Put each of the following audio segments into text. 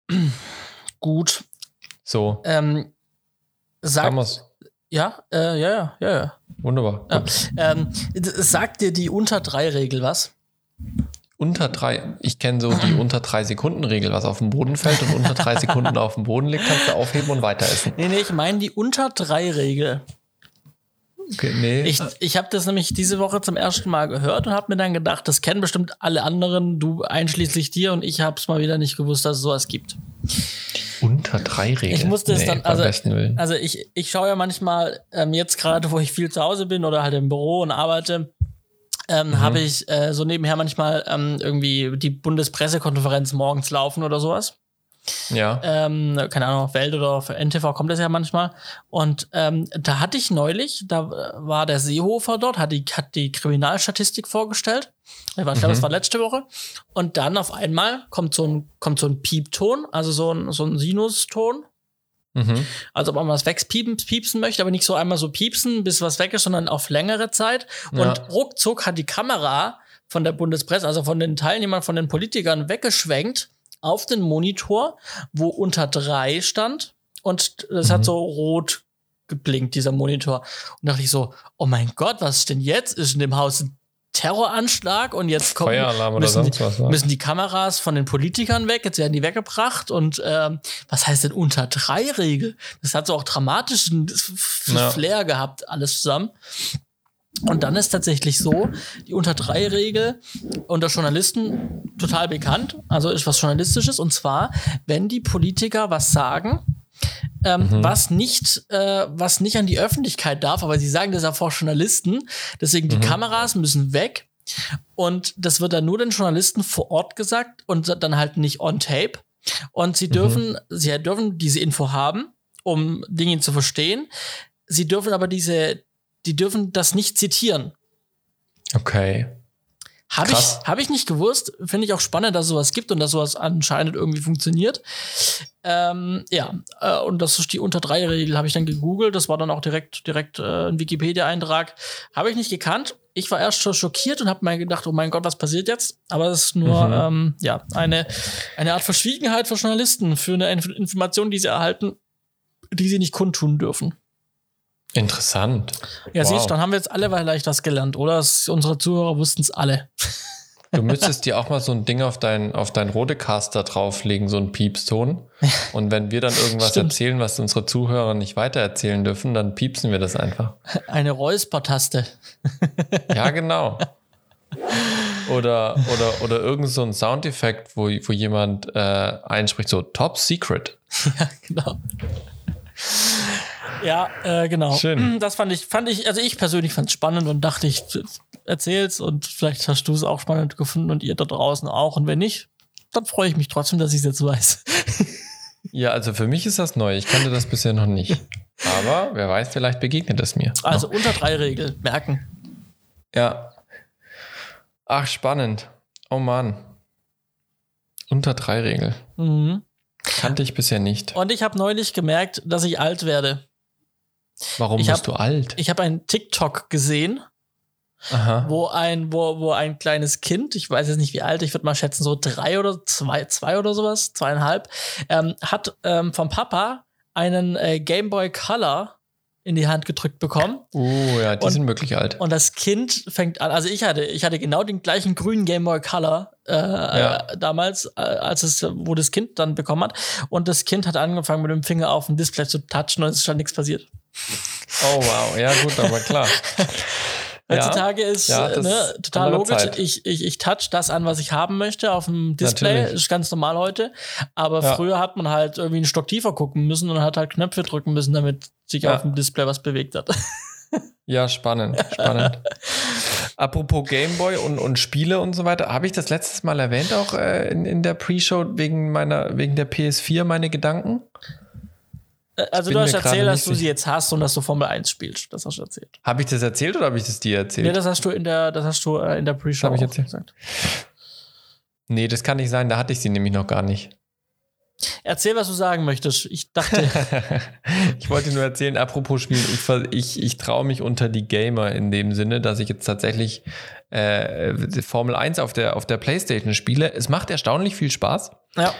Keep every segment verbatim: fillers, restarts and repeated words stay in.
Gut. So. Ähm, sagt, Hammer's. ja, äh, ja, ja, ja, ja. Wunderbar. Ja. Ähm, sagt dir die Unter-drei-Regel was? Unter drei, ich kenne so die unter drei Sekunden Regel, was auf dem Boden fällt und unter drei Sekunden auf dem Boden liegt, kannst du aufheben und weiter essen. Nee, nee, ich meine die Unter-drei-Regel. Okay, nee. Ich, ich habe das nämlich diese Woche zum ersten Mal gehört und habe mir dann gedacht, das kennen bestimmt alle anderen, du einschließlich dir, und ich habe es mal wieder nicht gewusst, dass es sowas gibt. Unter drei Regel? Ich musste es nee, dann, also, also ich, ich schaue ja manchmal, ähm, jetzt gerade, wo ich viel zu Hause bin oder halt im Büro und arbeite, ähm, mhm. habe ich äh, so nebenher manchmal ähm, irgendwie die Bundespressekonferenz morgens laufen oder sowas. Ja. Ähm, keine Ahnung, auf Welt oder auf N T V kommt das ja manchmal. Und ähm, da hatte ich neulich, da war der Seehofer dort, hat die, hat die Kriminalstatistik vorgestellt. Ich glaube, mhm. das war letzte Woche. Und dann auf einmal kommt so ein, kommt so ein Piepton, also so ein, so ein Sinuston. Mhm. Also ob man was wegpiepsen piepsen möchte, aber nicht so einmal so piepsen, bis was weg ist, sondern auf längere Zeit. Und ja. ruckzuck hat die Kamera von der Bundespresse, also von den Teilnehmern, von den Politikern weggeschwenkt auf den Monitor, wo unter drei stand. Und das mhm. hat so rot geblinkt, dieser Monitor. Und dachte ich so, oh mein Gott, was ist denn jetzt? Ist in dem Haus ein Terroranschlag und jetzt kommen, Feueralarm oder müssen, sonst was, die, müssen die Kameras von den Politikern weg, jetzt werden die weggebracht und ähm, was heißt denn unter drei Regel? Das hat so auch dramatischen ja. Flair gehabt, alles zusammen. Und dann ist tatsächlich so, die unter drei Regel unter Journalisten total bekannt, also ist was Journalistisches, und zwar, wenn die Politiker was sagen, Ähm, mhm. was nicht, äh, was nicht an die Öffentlichkeit darf, aber sie sagen das ja vor Journalisten, deswegen die mhm. Kameras müssen weg und das wird dann nur den Journalisten vor Ort gesagt und dann halt nicht on tape und sie dürfen, mhm. sie dürfen diese Info haben, um Dinge zu verstehen, sie dürfen aber diese, die dürfen das nicht zitieren. Okay. Habe ich, hab ich nicht gewusst. Finde ich auch spannend, dass es sowas gibt und dass sowas anscheinend irgendwie funktioniert. Ähm, ja, äh, und das ist die Unter-drei-Regel, habe ich dann gegoogelt. Das war dann auch direkt, direkt äh, ein Wikipedia-Eintrag. Habe ich nicht gekannt. Ich war erst schon schockiert und habe mir gedacht, oh mein Gott, was passiert jetzt? Aber es ist nur mhm. ähm, ja, eine, eine Art Verschwiegenheit für Journalisten, für eine Information, die sie erhalten, die sie nicht kundtun dürfen. Interessant. Ja, wow. siehst du, dann haben wir jetzt alle vielleicht was gelernt, oder? Das, unsere Zuhörer wussten es alle. Du müsstest dir auch mal so ein Ding auf dein, auf dein Rodecaster drauflegen, so ein Piepston. Und wenn wir dann irgendwas Stimmt. erzählen, was unsere Zuhörer nicht weitererzählen dürfen, dann piepsen wir das einfach. Eine Räuspertaste. Ja, genau. Oder, oder, oder irgend so ein Soundeffekt, wo, wo jemand äh, einspricht, so Top Secret. Ja, genau. Ja, äh, genau. Schön. Das fand ich, fand ich, also ich persönlich fand es spannend und dachte, ich erzähl's und vielleicht hast du es auch spannend gefunden und ihr da draußen auch. Und wenn nicht, dann freue ich mich trotzdem, dass ich es jetzt weiß. Ja, also für mich ist das neu. Ich kannte das bisher noch nicht. Aber wer weiß, vielleicht begegnet es mir. Also unter drei Regel, merken. Ja. Ach, spannend. Oh Mann. Unter drei Regel. Mhm. Kannte ich bisher nicht. Und ich habe neulich gemerkt, dass ich alt werde. Warum ich bist hab, du alt? Ich habe einen TikTok gesehen, Aha. wo ein wo, wo ein kleines Kind, ich weiß jetzt nicht wie alt, ich würde mal schätzen so drei oder zwei, zwei oder sowas, zweieinhalb, ähm, hat ähm, vom Papa einen äh, Game Boy Color in die Hand gedrückt bekommen. Oh ja, die und, sind wirklich alt. Und das Kind fängt an, also ich hatte, ich hatte genau den gleichen grünen Game Boy Color äh, ja. äh, damals, äh, als es, wo das Kind dann bekommen hat. Und das Kind hat angefangen mit dem Finger auf dem Display zu touchen und es ist schon nichts passiert. Oh wow, ja gut, aber klar. Heutzutage ja. ist ja, ne, total logisch. Ich, ich, ich touch das an, was ich haben möchte auf dem Display. Natürlich. Ist ganz normal heute. Aber ja. früher hat man halt irgendwie einen Stock tiefer gucken müssen und hat halt Knöpfe drücken müssen, damit sich ja. auf dem Display was bewegt hat. Ja, spannend, spannend. Apropos Gameboy und, und Spiele und so weiter, habe ich das letztes Mal erwähnt auch äh, in, in der Pre-Show wegen meiner, wegen der P S vier, meine Gedanken? Also du hast erzählt, dass du sie jetzt hast und dass du Formel eins spielst. Das hast du erzählt. Habe ich das erzählt oder habe ich das dir erzählt? Nee, das hast du in der, das hast du in der Pre-Show ich erzählt. gesagt. Nee, das kann nicht sein, da hatte ich sie nämlich noch gar nicht. Erzähl, was du sagen möchtest. Ich dachte... ich wollte nur erzählen, apropos Spielen, ich, ich, ich traue mich unter die Gamer in dem Sinne, dass ich jetzt tatsächlich äh, Formel eins auf der, auf der PlayStation spiele. Es macht erstaunlich viel Spaß. Ja.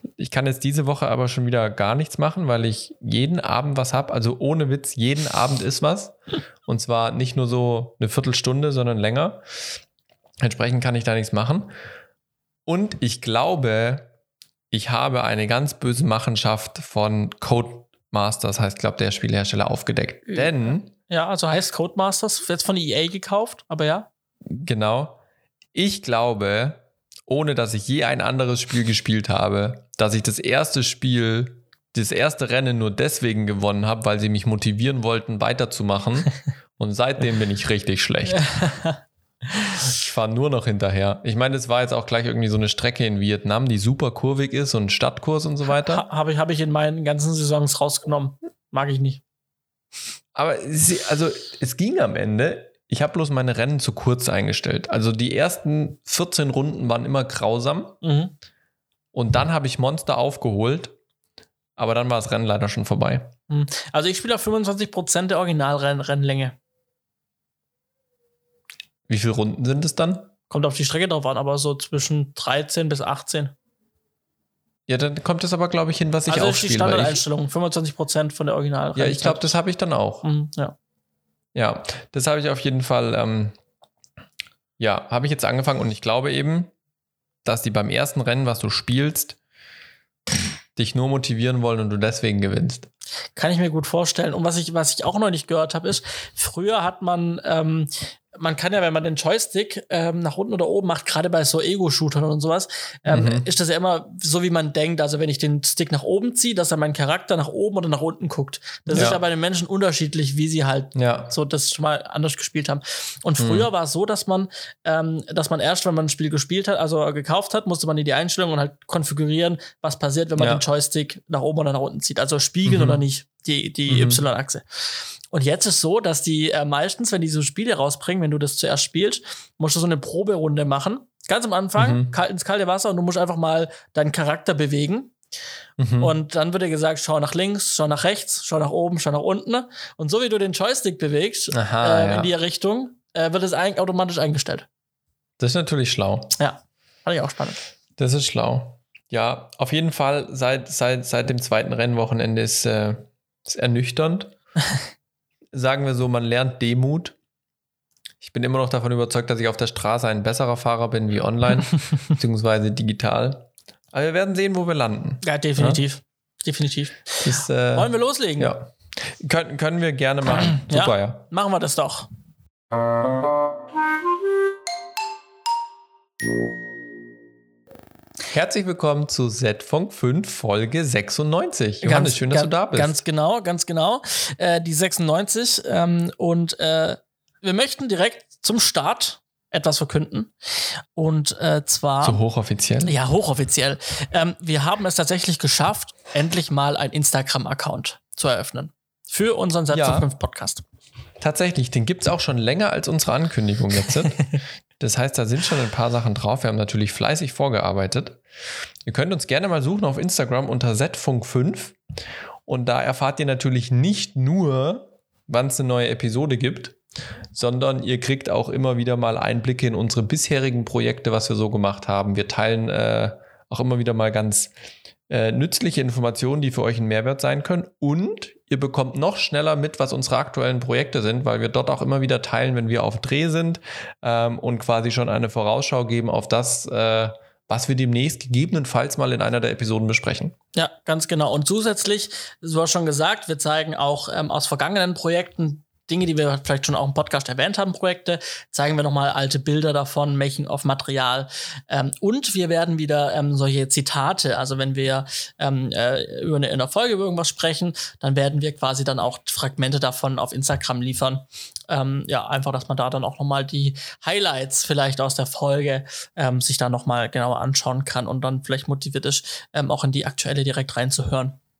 Ich kann jetzt diese Woche aber schon wieder gar nichts machen, weil ich jeden Abend was habe. Also ohne Witz, jeden Abend ist was. Und zwar nicht nur so eine Viertelstunde, sondern länger. Entsprechend kann ich da nichts machen. Und ich glaube, ich habe eine ganz böse Machenschaft von Codemasters, heißt, glaube der Spielehersteller, aufgedeckt. Ja. Denn... Ja, also heißt Codemasters, jetzt von E A gekauft, aber ja. Genau. Ich glaube... ohne dass ich je ein anderes Spiel gespielt habe, dass ich das erste Spiel, das erste Rennen nur deswegen gewonnen habe, weil sie mich motivieren wollten, weiterzumachen. Und seitdem bin ich richtig schlecht. Ich fahre nur noch hinterher. Ich meine, es war jetzt auch gleich irgendwie so eine Strecke in Vietnam, die super kurvig ist und Stadtkurs und so weiter. Ha, habe ich, hab ich in meinen ganzen Saisons rausgenommen. Mag ich nicht. Aber sie, also es ging am Ende... Ich habe bloß meine Rennen zu kurz eingestellt. Also die ersten vierzehn Runden waren immer grausam. Mhm. Und dann habe ich Monster aufgeholt. Aber dann war das Rennen leider schon vorbei. Also ich spiele auf fünfundzwanzig Prozent der Originalrennlänge. Wie viele Runden sind es dann? Kommt auf die Strecke drauf an, aber so zwischen dreizehn bis achtzehn. Ja, dann kommt es aber, glaube ich, hin, was ich also auch spiele. Also die Standardeinstellung, fünfundzwanzig Prozent von der Originalrennlänge. Ja, ich glaube, das habe ich dann auch. Mhm, ja. Ja, das habe ich auf jeden Fall, ähm, ja, habe ich jetzt angefangen und ich glaube eben, dass die beim ersten Rennen, was du spielst, dich nur motivieren wollen und du deswegen gewinnst. Kann ich mir gut vorstellen. Und was ich, was ich auch noch nicht gehört habe, ist, früher hat man, ähm, man kann ja, wenn man den Joystick ähm, nach unten oder oben macht, gerade bei so Ego-Shootern und sowas, ähm, mhm. ist das ja immer so, wie man denkt. Also wenn ich den Stick nach oben ziehe, dass dann mein Charakter nach oben oder nach unten guckt. Das ja. ist ja bei den Menschen unterschiedlich, wie sie halt ja. so das schon mal anders gespielt haben. Und früher mhm. war es so, dass man, ähm, dass man erst, wenn man ein Spiel gespielt hat, also gekauft hat, musste man in die Einstellungen halt konfigurieren, was passiert, wenn man ja. den Joystick nach oben oder nach unten zieht. Also spiegeln mhm. oder nicht, die, die mhm. Y-Achse. Und jetzt ist so, dass die äh, meistens, wenn die so Spiele rausbringen, wenn du das zuerst spielst, musst du so eine Proberunde machen. Ganz am Anfang, mhm. kalt, ins kalte Wasser und du musst einfach mal deinen Charakter bewegen. Mhm. Und dann wird dir gesagt, schau nach links, schau nach rechts, schau nach oben, schau nach unten. Und so wie du den Joystick bewegst, Aha, äh, ja. in die Richtung, äh, wird es ein- automatisch eingestellt. Das ist natürlich schlau. Ja, fand ich auch spannend. Das ist schlau. Ja, auf jeden Fall seit, seit, seit dem zweiten Rennwochenende ist, äh, ist ernüchternd. Sagen wir so, man lernt Demut. Ich bin immer noch davon überzeugt, dass ich auf der Straße ein besserer Fahrer bin wie online, beziehungsweise digital. Aber wir werden sehen, wo wir landen. Ja, definitiv. Ja? Definitiv. Das, äh, Wollen wir loslegen? Ja. Können, können wir gerne machen. Super, ja. ja. Machen wir das doch. Herzlich willkommen zu Z-Funk fünf, Folge sechsundneunzig. Johannes, ganz, schön, dass ganz, du da bist. Ganz genau, ganz genau. Äh, die sechsundneunzig. Ähm, und äh, wir möchten direkt zum Start etwas verkünden. Und äh, zwar... So hochoffiziell? Ja, hochoffiziell. Ähm, wir haben es tatsächlich geschafft, endlich mal einen Instagram-Account zu eröffnen. Für unseren Z-Funk fünf Podcast. Tatsächlich, den gibt es auch schon länger als unsere Ankündigung jetzt. Das heißt, da sind schon ein paar Sachen drauf. Wir haben natürlich fleißig vorgearbeitet. Ihr könnt uns gerne mal suchen auf Instagram unter Z Funk fünf. Und da erfahrt ihr natürlich nicht nur, wann es eine neue Episode gibt, sondern ihr kriegt auch immer wieder mal Einblicke in unsere bisherigen Projekte, was wir so gemacht haben. Wir teilen äh, auch immer wieder mal ganz äh, nützliche Informationen, die für euch ein Mehrwert sein können. Und ihr bekommt noch schneller mit, was unsere aktuellen Projekte sind, weil wir dort auch immer wieder teilen, wenn wir auf Dreh sind ähm, und quasi schon eine Vorausschau geben auf das, äh, was wir demnächst gegebenenfalls mal in einer der Episoden besprechen. Ja, ganz genau. Und zusätzlich, du hast schon gesagt, wir zeigen auch ähm, aus vergangenen Projekten Dinge, die wir vielleicht schon auch im Podcast erwähnt haben, Projekte, zeigen wir nochmal alte Bilder davon, Making-of-Material. Ähm, und wir werden wieder ähm, solche Zitate, also wenn wir ähm, äh, über eine, in einer Folge über irgendwas sprechen, dann werden wir quasi dann auch Fragmente davon auf Instagram liefern. Ähm, ja, einfach, dass man da dann auch nochmal die Highlights vielleicht aus der Folge ähm, sich da nochmal genauer anschauen kann und dann vielleicht motiviert ist, ähm, auch in die aktuelle direkt reinzuhören.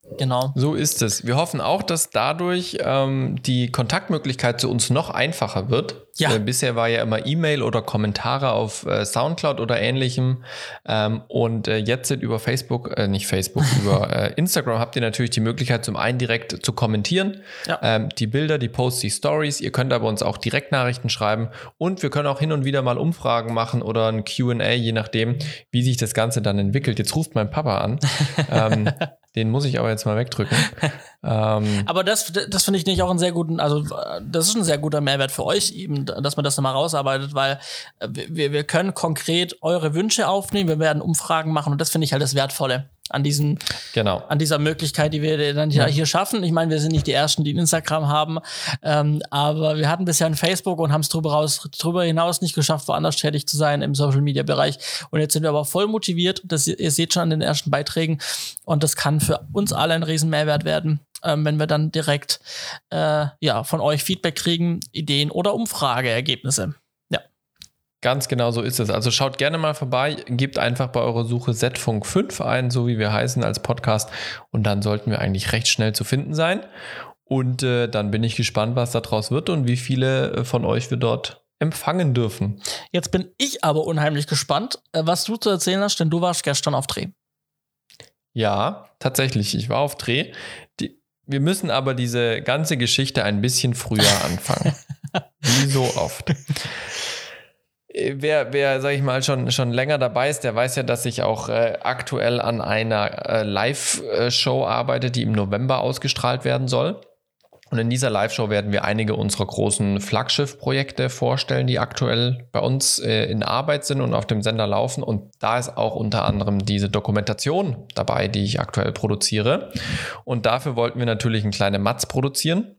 Genau. So ist es. Wir hoffen auch, dass dadurch ähm, die Kontaktmöglichkeit zu uns noch einfacher wird. Ja. Äh, bisher war ja immer E-Mail oder Kommentare auf äh, Soundcloud oder ähnlichem. Ähm, und äh, jetzt sind über Facebook, äh, nicht Facebook, über äh, Instagram habt ihr natürlich die Möglichkeit, zum einen direkt zu kommentieren. Ja. Ähm, die Bilder, die Posts, die Stories. Ihr könnt aber uns auch Direktnachrichten schreiben. Und wir können auch hin und wieder mal Umfragen machen oder ein Q and A, je nachdem, wie sich das Ganze dann entwickelt. Jetzt ruft mein Papa an. ähm, Den muss ich aber jetzt mal wegdrücken. ähm, aber das, das finde ich nicht auch einen sehr guten, also das ist ein sehr guter Mehrwert für euch, eben, dass man das nochmal rausarbeitet, weil wir, wir können konkret eure Wünsche aufnehmen, wir werden Umfragen machen und das finde ich halt das Wertvolle an diesen, genau. an dieser Möglichkeit, die wir dann ja. hier schaffen. Ich meine, wir sind nicht die Ersten, die ein Instagram haben, ähm, aber wir hatten bisher ein Facebook und haben es darüber, raus, darüber hinaus nicht geschafft, woanders tätig zu sein im Social-Media-Bereich. Und jetzt sind wir aber voll motiviert, das, ihr seht schon an den ersten Beiträgen und das kann für uns alle ein riesen Mehrwert werden, ähm, wenn wir dann direkt äh, ja, von euch Feedback kriegen, Ideen oder Umfrageergebnisse. Ganz genau so ist es. Also schaut gerne mal vorbei, gebt einfach bei eurer Suche Z Funk fünf ein, so wie wir heißen als Podcast und dann sollten wir eigentlich recht schnell zu finden sein und äh, dann bin ich gespannt, was daraus wird und wie viele von euch wir dort empfangen dürfen. Jetzt bin ich aber unheimlich gespannt, was du zu erzählen hast, denn du warst gestern auf Dreh. Ja, tatsächlich, ich war auf Dreh. Die, wir müssen aber diese ganze Geschichte ein bisschen früher anfangen. Wie so oft. Wer, wer sag ich mal, schon, schon länger dabei ist, der weiß ja, dass ich auch äh, aktuell an einer äh, Live-Show arbeite, die im November ausgestrahlt werden soll. Und in dieser Live-Show werden wir einige unserer großen Flaggschiff-Projekte vorstellen, die aktuell bei uns äh, in Arbeit sind und auf dem Sender laufen. Und da ist auch unter anderem diese Dokumentation dabei, die ich aktuell produziere. Und dafür wollten wir natürlich einen kleinen Matz produzieren.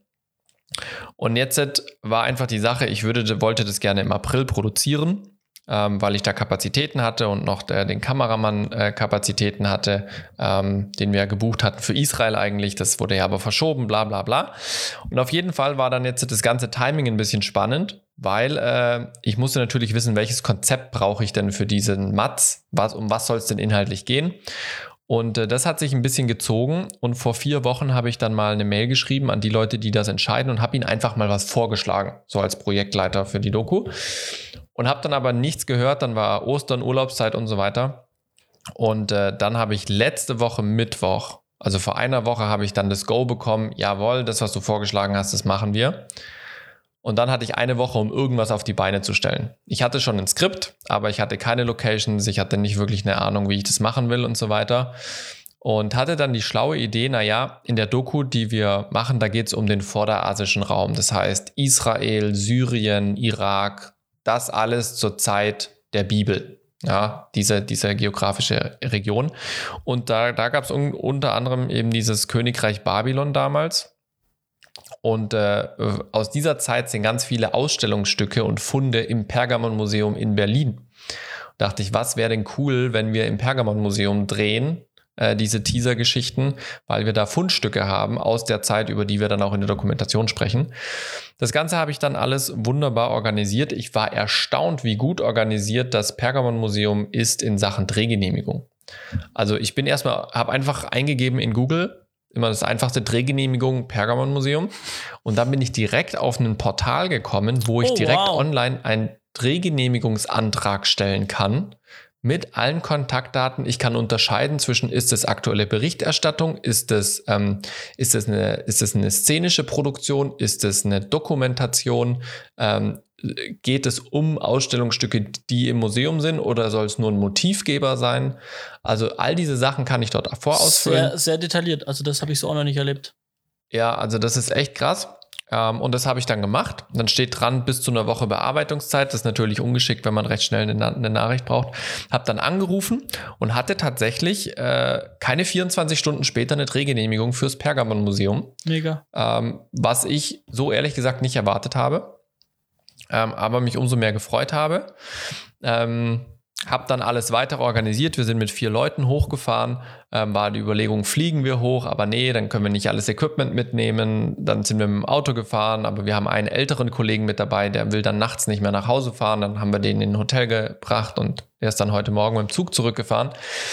Und jetzt war einfach die Sache, ich würde, wollte das gerne im April produzieren, ähm, weil ich da Kapazitäten hatte und noch der, den Kameramann äh, Kapazitäten hatte, ähm, den wir gebucht hatten für Israel eigentlich. Das wurde ja aber verschoben, bla bla bla. Und auf jeden Fall war dann jetzt das ganze Timing ein bisschen spannend, weil äh, ich musste natürlich wissen, welches Konzept brauche ich denn für diesen Matz, was, um was soll es denn inhaltlich gehen. Und äh, das hat sich ein bisschen gezogen und vor vier Wochen habe ich dann mal eine Mail geschrieben an die Leute, die das entscheiden und habe ihnen einfach mal was vorgeschlagen, so als Projektleiter für die Doku und habe dann aber nichts gehört, dann war Ostern, Urlaubszeit und so weiter und äh, dann habe ich letzte Woche Mittwoch, also vor einer Woche habe ich dann das Go bekommen, jawohl, das, was du vorgeschlagen hast, das machen wir. Und dann hatte ich eine Woche, um irgendwas auf die Beine zu stellen. Ich hatte schon ein Skript, aber ich hatte keine Locations, ich hatte nicht wirklich eine Ahnung, wie ich das machen will und so weiter. Und hatte dann die schlaue Idee, naja, in der Doku, die wir machen, da geht es um den vorderasischen Raum. Das heißt Israel, Syrien, Irak, das alles zur Zeit der Bibel. Ja, diese, diese geografische Region. Und da, da gab es un- unter anderem eben dieses Königreich Babylon damals. Und äh, aus dieser Zeit sind ganz viele Ausstellungsstücke und Funde im Pergamon-Museum in Berlin. Da dachte ich, was wäre denn cool, wenn wir im Pergamon-Museum drehen, äh, diese Teaser-Geschichten, weil wir da Fundstücke haben aus der Zeit, über die wir dann auch in der Dokumentation sprechen. Das Ganze habe ich dann alles wunderbar organisiert. Ich war erstaunt, wie gut organisiert das Pergamon-Museum ist in Sachen Drehgenehmigung. Also ich bin erstmal, habe einfach eingegeben in Google, immer das einfachste, Drehgenehmigung Pergamon-Museum. Und dann bin ich direkt auf ein Portal gekommen, wo ich oh, direkt wow. online einen Drehgenehmigungsantrag stellen kann mit allen Kontaktdaten. Ich kann unterscheiden zwischen, ist es aktuelle Berichterstattung, ist es, ähm, ist es eine, ist es eine szenische Produktion, ist es eine Dokumentation, ähm, geht es um Ausstellungsstücke, die im Museum sind oder soll es nur ein Motivgeber sein? Also all diese Sachen kann ich dort vorausfüllen. Sehr, sehr detailliert, also das habe ich so auch noch nicht erlebt. Ja, also das ist echt krass. Ähm, und das habe ich dann gemacht. Dann steht dran, bis zu einer Woche Bearbeitungszeit. Das ist natürlich ungeschickt, wenn man recht schnell eine, eine Nachricht braucht. Habe dann angerufen und hatte tatsächlich äh, keine vierundzwanzig Stunden später eine Drehgenehmigung fürs Pergamon-Museum. Mega. Ähm, was ich so ehrlich gesagt nicht erwartet habe. Ähm, aber mich umso mehr gefreut habe. Ähm, habe dann alles weiter organisiert. Wir sind mit vier Leuten hochgefahren. Ähm, war die Überlegung, fliegen wir hoch? Aber nee, dann können wir nicht alles Equipment mitnehmen. Dann sind wir mit dem Auto gefahren. Aber wir haben einen älteren Kollegen mit dabei, der will dann nachts nicht mehr nach Hause fahren. Dann haben wir den in ein Hotel gebracht und er ist dann heute Morgen mit dem Zug zurückgefahren.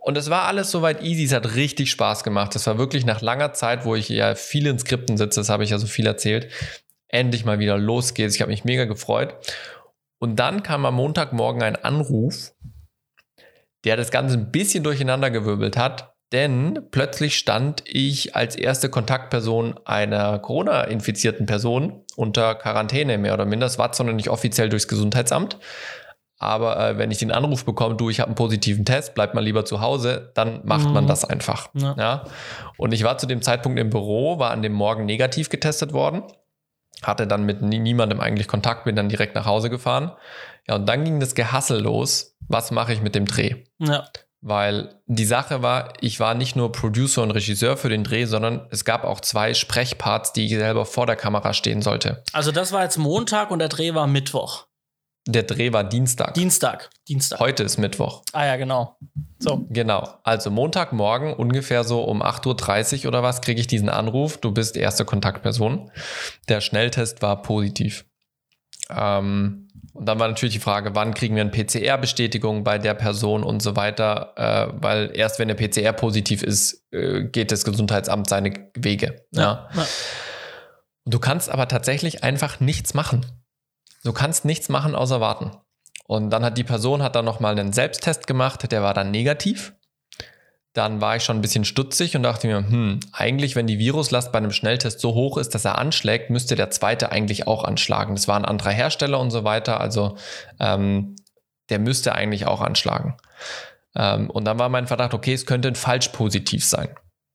Und es war alles soweit easy, es hat richtig Spaß gemacht. Es war wirklich nach langer Zeit, wo ich ja viel in Skripten sitze, das habe ich ja so viel erzählt, endlich mal wieder losgeht. Ich habe mich mega gefreut. Und dann kam am Montagmorgen ein Anruf, der das Ganze ein bisschen durcheinandergewirbelt hat, denn plötzlich stand ich als erste Kontaktperson einer Corona-infizierten Person unter Quarantäne, mehr oder minder. Das war zwar noch nicht offiziell durchs Gesundheitsamt, aber äh, wenn ich den Anruf bekomme, du, ich habe einen positiven Test, bleib mal lieber zu Hause, dann macht mhm. man das einfach. Ja. Ja? Und ich war zu dem Zeitpunkt im Büro, war an dem Morgen negativ getestet worden, hatte dann mit nie, niemandem eigentlich Kontakt, bin dann direkt nach Hause gefahren. Ja, und dann ging das Gehassel los. Was mache ich mit dem Dreh? Ja. Weil die Sache war, ich war nicht nur Producer und Regisseur für den Dreh, sondern es gab auch zwei Sprechparts, die ich selber vor der Kamera stehen sollte. Also das war jetzt Montag und der Dreh war Mittwoch. Der Dreh war Dienstag. Dienstag. Dienstag. Heute ist Mittwoch. Ah ja, genau. So. Genau. Also Montagmorgen ungefähr so um acht Uhr dreißig oder was kriege ich diesen Anruf. Du bist erste Kontaktperson. Der Schnelltest war positiv. Ähm, und dann war natürlich die Frage, wann kriegen wir eine P C R-Bestätigung bei der Person und so weiter. Äh, weil erst wenn der P C R positiv ist, äh, geht das Gesundheitsamt seine Wege. Ja. Ja. Du kannst aber tatsächlich einfach nichts machen. Du kannst nichts machen, außer warten. Und dann hat die Person hat dann nochmal einen Selbsttest gemacht, der war dann negativ. Dann war ich schon ein bisschen stutzig und dachte mir, hm, eigentlich, wenn die Viruslast bei einem Schnelltest so hoch ist, dass er anschlägt, müsste der zweite eigentlich auch anschlagen. Das war ein anderer Hersteller und so weiter, also ähm, der müsste eigentlich auch anschlagen. Ähm, und dann war mein Verdacht, okay, es könnte ein falsch positiv sein.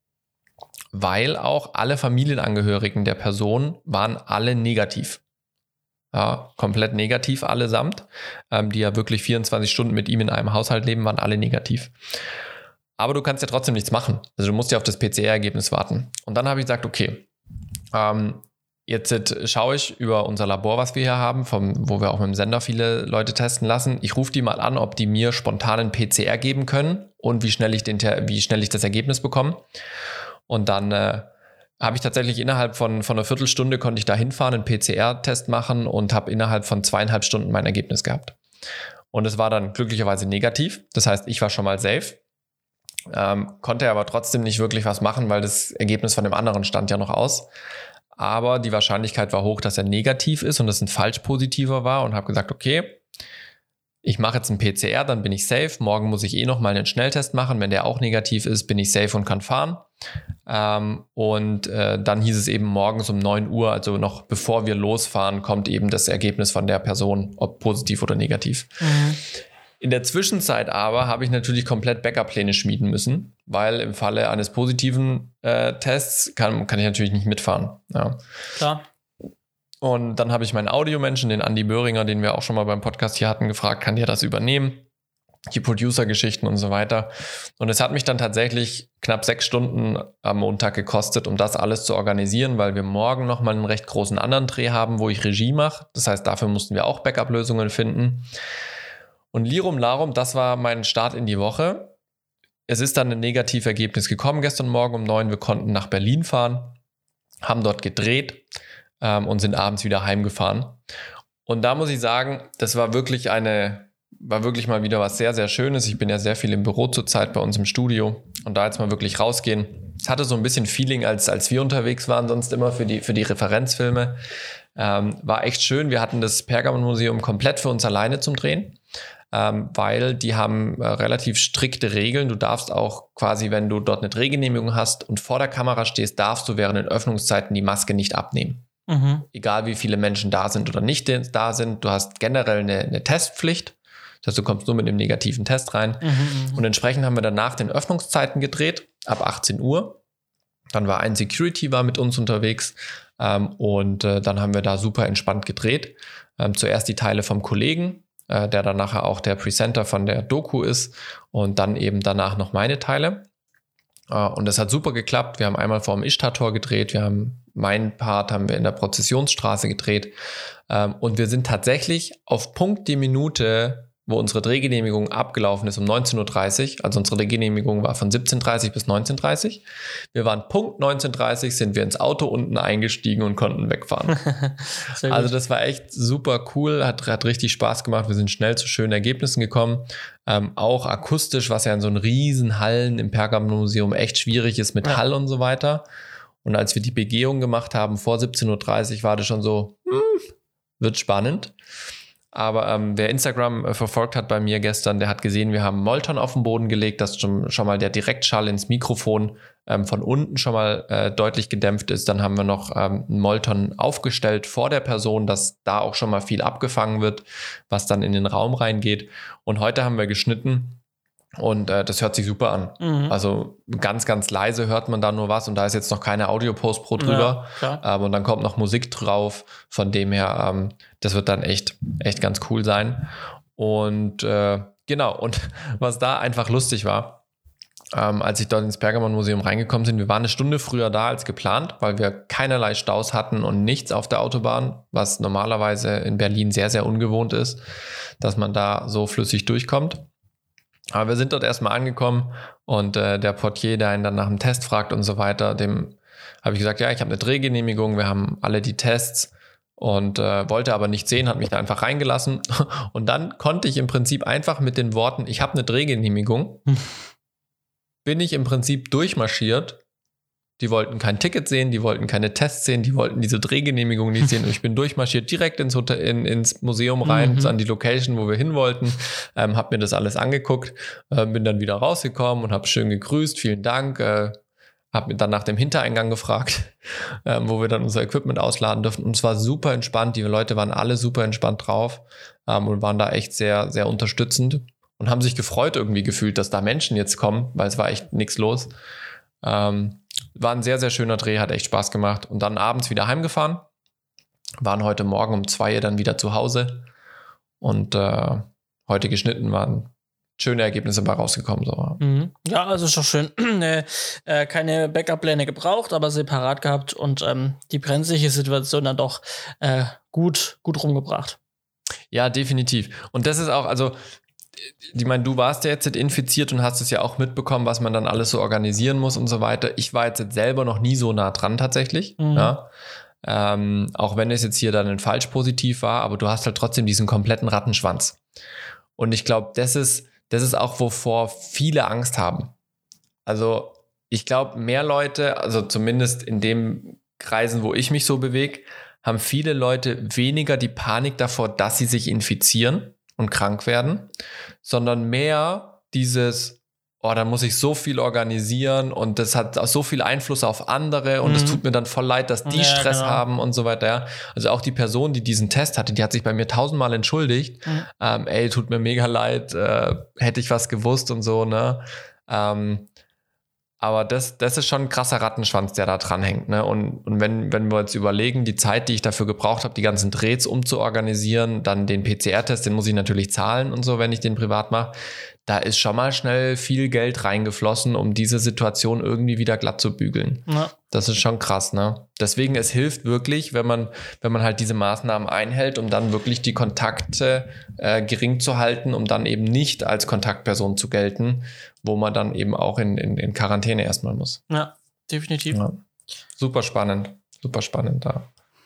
Weil auch alle Familienangehörigen der Person waren alle negativ. Ja, komplett negativ allesamt, ähm, die ja wirklich vierundzwanzig Stunden mit ihm in einem Haushalt leben, waren alle negativ. Aber du kannst ja trotzdem nichts machen. Also du musst ja auf das P C R-Ergebnis warten. Und dann habe ich gesagt, okay, ähm, jetzt, jetzt schaue ich über unser Labor, was wir hier haben, vom, wo wir auch mit dem Sender viele Leute testen lassen. Ich rufe die mal an, ob die mir spontan einen P C R geben können und wie schnell ich, den, wie schnell ich das Ergebnis bekomme. Und dann äh, habe ich tatsächlich innerhalb von, von einer Viertelstunde konnte ich da hinfahren, einen P C R-Test machen und habe innerhalb von zweieinhalb Stunden mein Ergebnis gehabt. Und es war dann glücklicherweise negativ. Das heißt, ich war schon mal safe, ähm, konnte aber trotzdem nicht wirklich was machen, weil das Ergebnis von dem anderen stand ja noch aus. Aber die Wahrscheinlichkeit war hoch, dass er negativ ist und es ein falsch positiver war und habe gesagt, okay, ich mache jetzt einen P C R, dann bin ich safe. Morgen muss ich eh noch mal einen Schnelltest machen. Wenn der auch negativ ist, bin ich safe und kann fahren. Ähm, und äh, dann hieß es eben morgens um neun Uhr, also noch bevor wir losfahren, kommt eben das Ergebnis von der Person, ob positiv oder negativ. Mhm. In der Zwischenzeit aber habe ich natürlich komplett Backup-Pläne schmieden müssen, weil im Falle eines positiven äh, Tests kann, kann ich natürlich nicht mitfahren. Ja. Klar. Und dann habe ich meinen Audiomenschen, den Andi Böhringer, den wir auch schon mal beim Podcast hier hatten, gefragt, kann der das übernehmen? Die Producer-Geschichten und so weiter. Und es hat mich dann tatsächlich knapp sechs Stunden am Montag gekostet, um das alles zu organisieren, weil wir morgen nochmal einen recht großen anderen Dreh haben, wo ich Regie mache. Das heißt, dafür mussten wir auch Backup-Lösungen finden. Und Lirum Larum, das war mein Start in die Woche. Es ist dann ein Negativergebnis gekommen gestern Morgen um neun. Wir konnten nach Berlin fahren, haben dort gedreht ähm, und sind abends wieder heimgefahren. Und da muss ich sagen, das war wirklich eine... War wirklich mal wieder was sehr, sehr Schönes. Ich bin ja sehr viel im Büro zurzeit bei uns im Studio und da jetzt mal wirklich rausgehen. Es hatte so ein bisschen Feeling, als, als wir unterwegs waren, sonst immer für die, für die Referenzfilme. Ähm, war echt schön. Wir hatten das Pergamon-Museum komplett für uns alleine zum Drehen, ähm, weil die haben äh, relativ strikte Regeln. Du darfst auch quasi, wenn du dort eine Drehgenehmigung hast und vor der Kamera stehst, darfst du während den Öffnungszeiten die Maske nicht abnehmen. Mhm. Egal wie viele Menschen da sind oder nicht da sind. Du hast generell eine, eine Testpflicht. Das heißt, du kommst nur mit einem negativen Test rein. Mhm, und entsprechend haben wir danach den Öffnungszeiten gedreht, ab achtzehn Uhr. Dann war ein Security war mit uns unterwegs ähm, und äh, dann haben wir da super entspannt gedreht. Ähm, zuerst die Teile vom Kollegen, äh, der dann nachher auch der Presenter von der Doku ist und dann eben danach noch meine Teile. Äh, und das hat super geklappt. Wir haben einmal vor dem Ishtar-Tor gedreht, wir haben meinen Part haben wir in der Prozessionsstraße gedreht ähm, und wir sind tatsächlich auf Punkt die Minute wo unsere Drehgenehmigung abgelaufen ist um neunzehn Uhr dreißig. Also unsere Drehgenehmigung war von siebzehn Uhr dreißig bis neunzehn Uhr dreißig. Wir waren Punkt neunzehn Uhr dreißig, sind wir ins Auto unten eingestiegen und konnten wegfahren. Also das war echt super cool, hat, hat richtig Spaß gemacht. Wir sind schnell zu schönen Ergebnissen gekommen. Ähm, auch akustisch, was ja in so einen riesen Hallen im Pergamonmuseum echt schwierig ist mit ja. Hall und so weiter. Und als wir die Begehung gemacht haben vor siebzehn Uhr dreißig, war das schon so, hm, wird spannend. Aber ähm, wer Instagram äh, verfolgt hat bei mir gestern, der hat gesehen, wir haben Molton auf den Boden gelegt, dass schon, schon mal der Direktschall ins Mikrofon ähm, von unten schon mal äh, deutlich gedämpft ist. Dann haben wir noch ähm, ein Molton aufgestellt vor der Person, dass da auch schon mal viel abgefangen wird, was dann in den Raum reingeht. Und heute haben wir geschnitten. Und äh, das hört sich super an. Mhm. Also ganz, ganz leise hört man da nur was und da ist jetzt noch keine Audio-Post-Pro drüber. Ja, ähm, und dann kommt noch Musik drauf. Von dem her, ähm, das wird dann echt, echt ganz cool sein. Und äh, genau, und was da einfach lustig war, ähm, als ich dort ins Pergamonmuseum reingekommen bin, wir waren eine Stunde früher da als geplant, weil wir keinerlei Staus hatten und nichts auf der Autobahn, was normalerweise in Berlin sehr, sehr ungewohnt ist, dass man da so flüssig durchkommt. Aber wir sind dort erstmal angekommen und äh, der Portier, der einen dann nach dem Test fragt und so weiter, dem habe ich gesagt, ja, ich habe eine Drehgenehmigung, wir haben alle die Tests und äh, wollte aber nicht sehen, hat mich da einfach reingelassen. Und dann konnte ich im Prinzip einfach mit den Worten, ich habe eine Drehgenehmigung, bin ich im Prinzip durchmarschiert. Die wollten kein Ticket sehen, die wollten keine Tests sehen, die wollten diese Drehgenehmigung nicht sehen. Und ich bin durchmarschiert direkt ins, Hotel, in, ins Museum rein, mhm. an die Location, wo wir hin wollten, ähm, habe mir das alles angeguckt, äh, bin dann wieder rausgekommen und habe schön gegrüßt, vielen Dank, äh, habe mir dann nach dem Hintereingang gefragt, äh, wo wir dann unser Equipment ausladen durften. Und es war super entspannt, die Leute waren alle super entspannt drauf ähm, und waren da echt sehr, sehr unterstützend und haben sich gefreut irgendwie gefühlt, dass da Menschen jetzt kommen, weil es war echt nichts los. Ähm, War ein sehr, sehr schöner Dreh, hat echt Spaß gemacht. Und dann abends wieder heimgefahren. Waren heute Morgen um zwei Uhr dann wieder zu Hause. Und äh, heute geschnitten, waren schöne Ergebnisse bei rausgekommen. So. Mhm. Ja, also ist doch schön. äh, keine Backup-Pläne gebraucht, aber separat gehabt und ähm, die brenzliche Situation dann doch äh, gut, gut rumgebracht. Ja, definitiv. Und das ist auch, also ich meine, du warst ja jetzt infiziert und hast es ja auch mitbekommen, was man dann alles so organisieren muss und so weiter. Ich war jetzt selber noch nie so nah dran tatsächlich. Mhm. Ja. Ähm, auch wenn es jetzt hier dann ein falsch positiv war, aber du hast halt trotzdem diesen kompletten Rattenschwanz. Und ich glaube, das ist, das ist auch, wovor viele Angst haben. Also ich glaube, mehr Leute, also zumindest in den Kreisen, wo ich mich so bewege, haben viele Leute weniger die Panik davor, dass sie sich infizieren und krank werden, sondern mehr dieses, oh, da muss ich so viel organisieren und das hat auch so viel Einfluss auf andere und es mhm. tut mir dann voll leid, dass die ja, Stress genau. haben und so weiter. Ja. Also auch die Person, die diesen Test hatte, die hat sich bei mir tausendmal entschuldigt. Mhm. Ähm, ey, tut mir mega leid, äh, hätte ich was gewusst und so, ne? Ähm, aber das, das ist schon ein krasser Rattenschwanz, der da dran hängt. Ne? Und, und wenn, wenn wir jetzt überlegen, die Zeit, die ich dafür gebraucht habe, die ganzen Drehs umzuorganisieren, dann den P C R-Test, den muss ich natürlich zahlen und so, wenn ich den privat mache, da ist schon mal schnell viel Geld reingeflossen, um diese Situation irgendwie wieder glatt zu bügeln. Ja. Das ist schon krass, ne? Deswegen, es hilft wirklich, wenn man, wenn man halt diese Maßnahmen einhält, um dann wirklich die Kontakte äh, gering zu halten, um dann eben nicht als Kontaktperson zu gelten, wo man dann eben auch in, in, in Quarantäne erstmal muss. Ja, definitiv. Ja. Super spannend, super spannend da.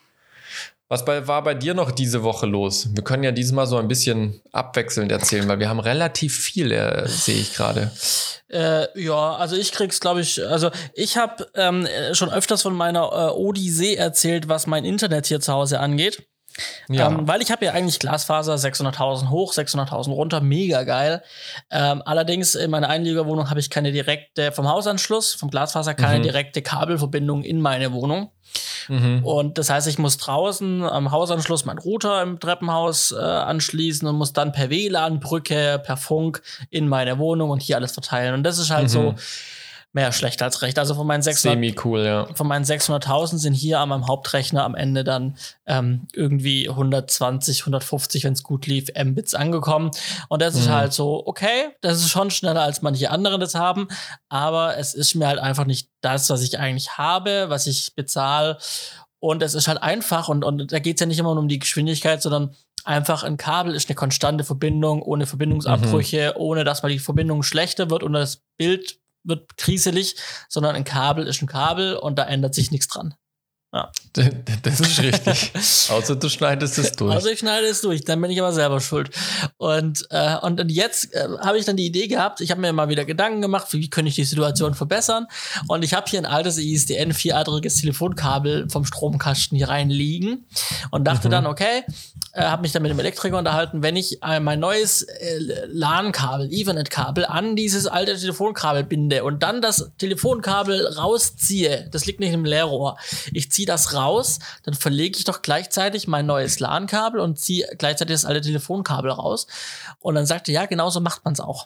Was bei, war bei dir noch diese Woche los? Wir können ja dieses Mal so ein bisschen abwechselnd erzählen, weil wir haben relativ viel, äh, sehe ich gerade. Äh, ja, also ich krieg's, glaube ich, also ich habe ähm, schon öfters von meiner äh, Odyssee erzählt, was mein Internet hier zu Hause angeht. Ja. Ähm, weil ich habe ja eigentlich Glasfaser, sechshunderttausend hoch, sechshunderttausend runter, mega geil. Ähm, allerdings in meiner Einliegerwohnung habe ich keine direkte, vom Hausanschluss, vom Glasfaser, keine mhm. direkte Kabelverbindung in meine Wohnung. Mhm. Und das heißt, ich muss draußen am Hausanschluss meinen Router im Treppenhaus äh, anschließen und muss dann per W L A N-Brücke, per Funk in meine Wohnung und hier alles verteilen. Und das ist halt mhm. so mehr schlecht als recht. Also von meinen sechshundert, Semi-cool, ja. Von meinen sechshunderttausend sind hier an meinem Hauptrechner am Ende dann ähm, irgendwie hundertzwanzig, hundertfünfzig, wenn es gut lief, Mbits angekommen. Und das mhm. ist halt so, okay, das ist schon schneller, als manche anderen das haben, aber es ist mir halt einfach nicht das, was ich eigentlich habe, was ich bezahle. Und es ist halt einfach und, und da geht es ja nicht immer nur um die Geschwindigkeit, sondern einfach ein Kabel ist eine konstante Verbindung, ohne Verbindungsabbrüche, mhm. ohne dass mal die Verbindung schlechter wird und das Bild wird kriselig, sondern ein Kabel ist ein Kabel und da ändert sich nichts dran. Ja. Das ist richtig. Außer du schneidest es durch. Außer ich schneide es durch, dann bin ich aber selber schuld. Und, äh, und jetzt äh, habe ich dann die Idee gehabt, ich habe mir mal wieder Gedanken gemacht, wie könnte ich die Situation verbessern. Und ich habe hier ein altes I S D N vieradriges Telefonkabel vom Stromkasten hier reinliegen und dachte mhm. dann, okay, äh, habe mich dann mit dem Elektriker unterhalten, wenn ich äh, mein neues äh, LAN-Kabel, Ethernet-Kabel an dieses alte Telefonkabel binde und dann das Telefonkabel rausziehe, das liegt nicht im Leerrohr, ich ziehe das raus, dann verlege ich doch gleichzeitig mein neues LAN-Kabel und ziehe gleichzeitig das alte Telefonkabel raus. Und dann sagte, ja, genauso macht man es auch.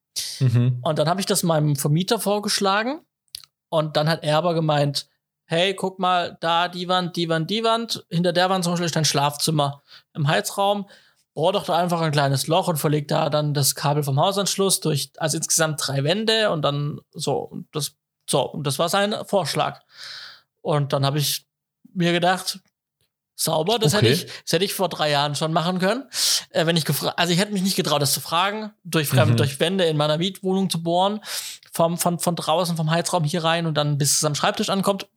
Mhm. Und dann habe ich das meinem Vermieter vorgeschlagen und dann hat er aber gemeint, hey, guck mal, da die Wand, die Wand, die Wand, hinter der Wand zum Beispiel ist dein Schlafzimmer im Heizraum, bohr doch da einfach ein kleines Loch und verleg da dann das Kabel vom Hausanschluss durch, also insgesamt drei Wände und dann so, und das, so, und das war sein Vorschlag. Und dann habe ich mir gedacht, sauber, das, okay. hätte ich, das hätte ich vor drei Jahren schon machen können. Äh, wenn ich gefra- also ich hätte mich nicht getraut, das zu fragen, durch, Fremd- mhm. durch Wände in meiner Mietwohnung zu bohren, vom, von, von draußen, vom Heizraum hier rein und dann bis es am Schreibtisch ankommt.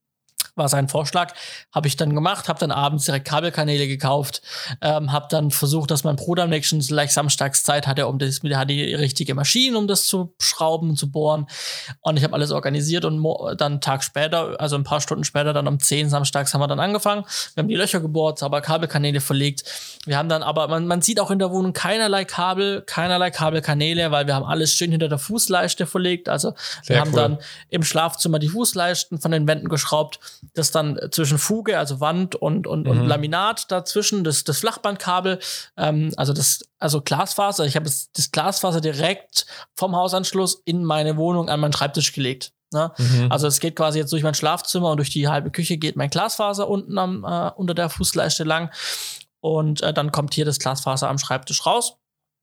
War sein Vorschlag, habe ich dann gemacht, habe dann abends direkt Kabelkanäle gekauft, ähm, habe dann versucht, dass mein Bruder am nächsten gleich samstags Zeit hatte, um das, der hat die richtige Maschine, um das zu schrauben und zu bohren und ich habe alles organisiert und mo- dann einen Tag später, also ein paar Stunden später, dann um zehn samstags haben wir dann angefangen, wir haben die Löcher gebohrt, aber Kabelkanäle verlegt, wir haben dann aber, man, man sieht auch in der Wohnung keinerlei Kabel, keinerlei Kabelkanäle, weil wir haben alles schön hinter der Fußleiste verlegt, also Sehr wir haben cool. dann im Schlafzimmer die Fußleisten von den Wänden geschraubt, das dann zwischen Fuge, also Wand und, und, mhm. und Laminat dazwischen, das, das Flachbandkabel, ähm, also das, also Glasfaser. Ich habe das, das Glasfaser direkt vom Hausanschluss in meine Wohnung an meinen Schreibtisch gelegt. Ne? Mhm. Also es geht quasi jetzt durch mein Schlafzimmer und durch die halbe Küche geht mein Glasfaser unten am, äh, unter der Fußleiste lang und äh, dann kommt hier das Glasfaser am Schreibtisch raus.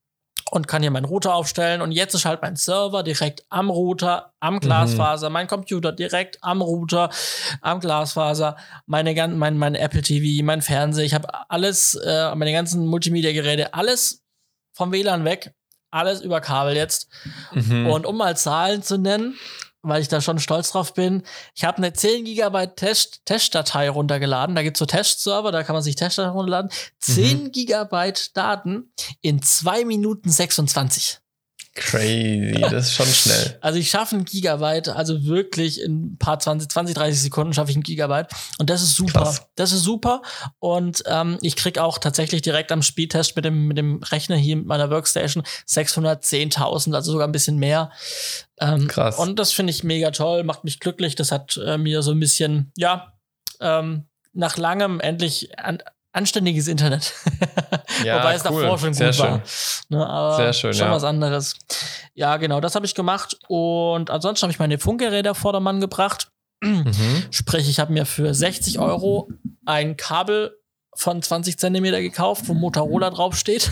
Und kann hier meinen Router aufstellen. Und jetzt ist halt mein Server direkt am Router, am Glasfaser, mhm. mein Computer direkt am Router, am Glasfaser, meine, mein, mein Apple T V, mein Fernseher. Ich habe alles, äh, meine ganzen Multimedia-Geräte, alles vom W L A N weg, alles über Kabel jetzt. Mhm. Und um mal Zahlen zu nennen, weil ich da schon stolz drauf bin, ich habe eine zehn Gigabyte Test- Testdatei runtergeladen. Da gibt's so Testserver, da kann man sich Testdateien runterladen. zehn mhm. Gigabyte Daten in zwei Minuten sechsundzwanzig. Crazy, das ist schon schnell. Also ich schaffe ein Gigabyte, also wirklich in ein paar zwanzig, zwanzig, dreißig Sekunden schaffe ich ein Gigabyte. Und das ist super. Krass. Das ist super. Und ähm, ich krieg auch tatsächlich direkt am Speedtest mit dem, mit dem Rechner hier mit meiner Workstation sechshundertzehntausend, also sogar ein bisschen mehr. Ähm, Krass. Und das finde ich mega toll, macht mich glücklich. Das hat äh, mir so ein bisschen, ja, ähm, nach langem endlich an, anständiges Internet. Ja, wobei es cool. davor schon gut Sehr war. schön. Ne, aber Sehr schön, schon ja. was anderes. Ja, genau, das habe ich gemacht. Und ansonsten habe ich meine Funkgeräte auf Vordermann gebracht. Mhm. Sprich, ich habe mir für sechzig Euro ein Kabel von zwanzig Zentimeter gekauft, wo Motorola draufsteht.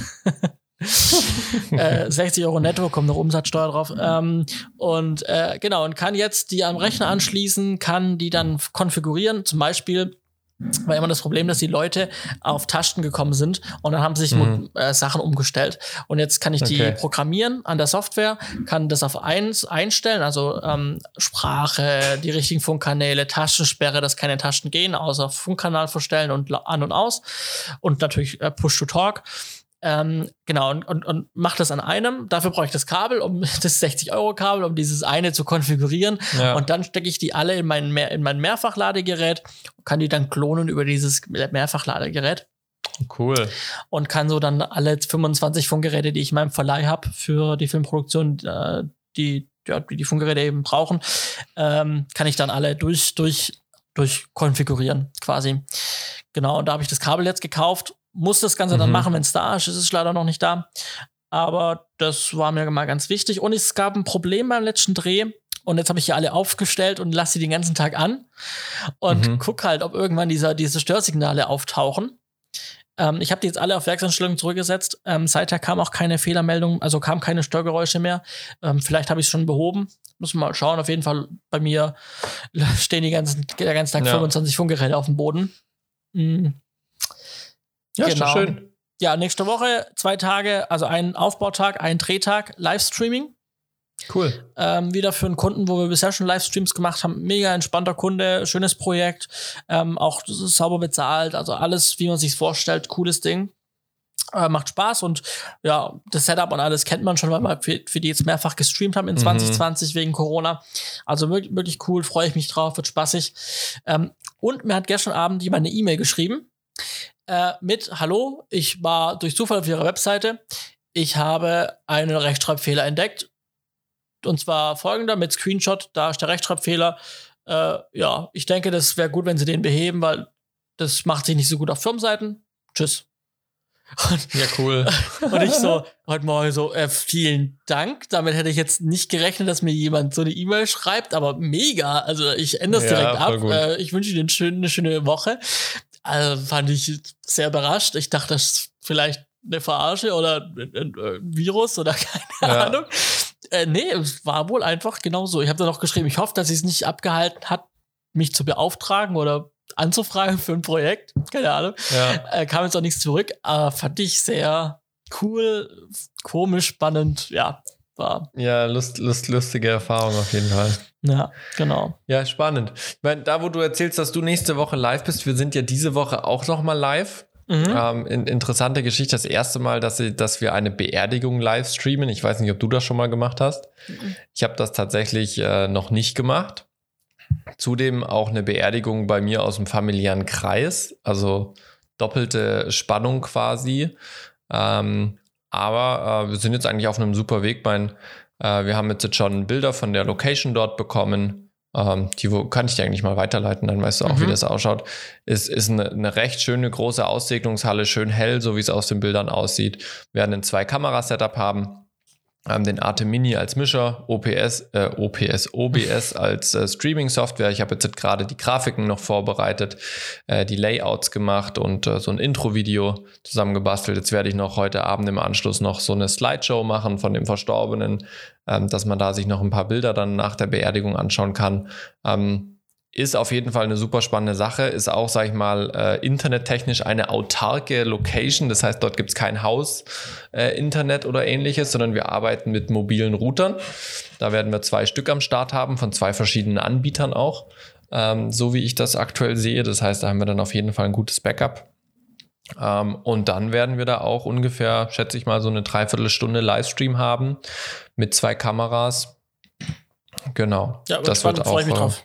äh, sechzig Euro netto, kommt noch Umsatzsteuer drauf. Ähm, und äh, genau, und kann jetzt die am Rechner anschließen, kann die dann konfigurieren. Zum Beispiel war immer das Problem, dass die Leute auf Tasten gekommen sind und dann haben sich mhm. äh, Sachen umgestellt. Und jetzt kann ich die okay. programmieren an der Software, kann das auf eins einstellen, also ähm, Sprache, die richtigen Funkkanäle, Tastensperre, dass keine Tasten gehen, außer Funkkanal verstellen und an und aus. Und natürlich äh, Push-to-Talk. Ähm, genau, und, und, und mach das an einem. Dafür brauche ich das Kabel, um das sechzig Euro Kabel, um dieses eine zu konfigurieren. Ja. Und dann stecke ich die alle in mein, Mehr, in mein Mehrfachladegerät und kann die dann klonen über dieses Mehrfachladegerät. Cool. Und kann so dann alle fünfundzwanzig Funkgeräte, die ich in meinem Verleih habe für die Filmproduktion, äh, die, ja, die die Funkgeräte eben brauchen, ähm, kann ich dann alle durch, durch, durch konfigurieren quasi. Genau, und da habe ich das Kabel jetzt gekauft. Muss das Ganze mhm. dann machen, wenn es da ist. Es ist leider noch nicht da. Aber das war mir mal ganz wichtig. Und es gab ein Problem beim letzten Dreh. Und jetzt habe ich hier alle aufgestellt und lasse sie den ganzen Tag an. Und mhm. guck halt, ob irgendwann dieser, diese Störsignale auftauchen. Ähm, ich habe die jetzt alle auf Werkseinstellungen zurückgesetzt. Ähm, seither kam auch keine Fehlermeldung, also kam keine Störgeräusche mehr. Ähm, vielleicht habe ich es schon behoben. Müssen wir mal schauen. Auf jeden Fall bei mir stehen die ganzen, der ganze Tag ja. fünfundzwanzig Funkgeräte auf dem Boden. Mhm. Ja, genau. ist doch schön. ja, nächste Woche zwei Tage, also ein Aufbautag, ein Drehtag, Livestreaming. Cool. Ähm, wieder für einen Kunden, wo wir bisher schon Livestreams gemacht haben. Mega entspannter Kunde, schönes Projekt, ähm, auch sauber bezahlt, also alles, wie man sich vorstellt, cooles Ding. Äh, macht Spaß und ja, das Setup und alles kennt man schon, weil wir für, für die jetzt mehrfach gestreamt haben in zwanzig zwanzig mhm. wegen Corona. Also wirklich, wirklich cool, freue ich mich drauf, wird spaßig. Ähm, und mir hat gestern Abend jemand eine E-Mail geschrieben äh, mit: Hallo, ich war durch Zufall auf Ihrer Webseite. Ich habe einen Rechtschreibfehler entdeckt. Und zwar folgender mit Screenshot, da ist der Rechtschreibfehler. Äh, ja, ich denke, das wäre gut, wenn Sie den beheben, weil das macht sich nicht so gut auf Firmenseiten. Tschüss. Und, ja, cool. Und ich so, heute Morgen so, äh, vielen Dank. Damit hätte ich jetzt nicht gerechnet, dass mir jemand so eine E-Mail schreibt, aber mega. Also ich ändere es ja, direkt ab. Äh, ich wünsche Ihnen eine schöne, eine schöne Woche. Also fand ich sehr überrascht. Ich dachte, das ist vielleicht eine Verarsche oder ein, ein, ein Virus oder keine ja. Ahnung. Äh, nee, es war wohl einfach genau so. Ich habe da noch geschrieben, ich hoffe, dass sie es nicht abgehalten hat, mich zu beauftragen oder anzufragen für ein Projekt. Keine Ahnung. Ja. Äh, kam jetzt auch nichts zurück, aber fand ich sehr cool, komisch, spannend. Ja, war. Ja, lust, lust, lustige Erfahrung auf jeden Fall. Ja, genau. Ja, spannend. Ich meine, da, wo du erzählst, dass du nächste Woche live bist, wir sind ja diese Woche auch noch mal live. Mhm. Ähm, in, interessante Geschichte, das erste Mal, dass, sie, dass wir eine Beerdigung live streamen. Ich weiß nicht, ob du das schon mal gemacht hast. Mhm. Ich habe das tatsächlich äh, noch nicht gemacht. Zudem auch eine Beerdigung bei mir aus dem familiären Kreis, also doppelte Spannung quasi. Ähm, aber äh, wir sind jetzt eigentlich auf einem super Weg. Mein, äh, wir haben jetzt schon Bilder von der Location dort bekommen. Ähm, die wo, kann ich dir eigentlich mal weiterleiten, dann weißt du auch, mhm. wie das ausschaut. Es ist eine, eine recht schöne große Aussegnungshalle, schön hell, so wie es aus den Bildern aussieht. Wir werden ein Zwei-Kamera-Setup haben, ähm, den Arte Mini als Mischer, O P S, äh, O P S, O B S als äh, Streaming-Software. Ich habe jetzt gerade die Grafiken noch vorbereitet, äh, die Layouts gemacht und äh, so ein Intro-Video zusammengebastelt. Jetzt werde ich noch heute Abend im Anschluss noch so eine Slideshow machen von dem Verstorbenen, ähm, dass man da sich noch ein paar Bilder dann nach der Beerdigung anschauen kann. Ähm, Ist auf jeden Fall eine super spannende Sache, ist auch, sag ich mal, äh, internettechnisch eine autarke Location. Das heißt, dort gibt es kein Haus, äh, Internet oder ähnliches, sondern wir arbeiten mit mobilen Routern. Da werden wir zwei Stück am Start haben, von zwei verschiedenen Anbietern auch, ähm, so wie ich das aktuell sehe. Das heißt, da haben wir dann auf jeden Fall ein gutes Backup. Ähm, und dann werden wir da auch ungefähr, schätze ich mal, so eine Dreiviertelstunde Livestream haben mit zwei Kameras. Genau. Ja, das wird auch, freue ich mich drauf.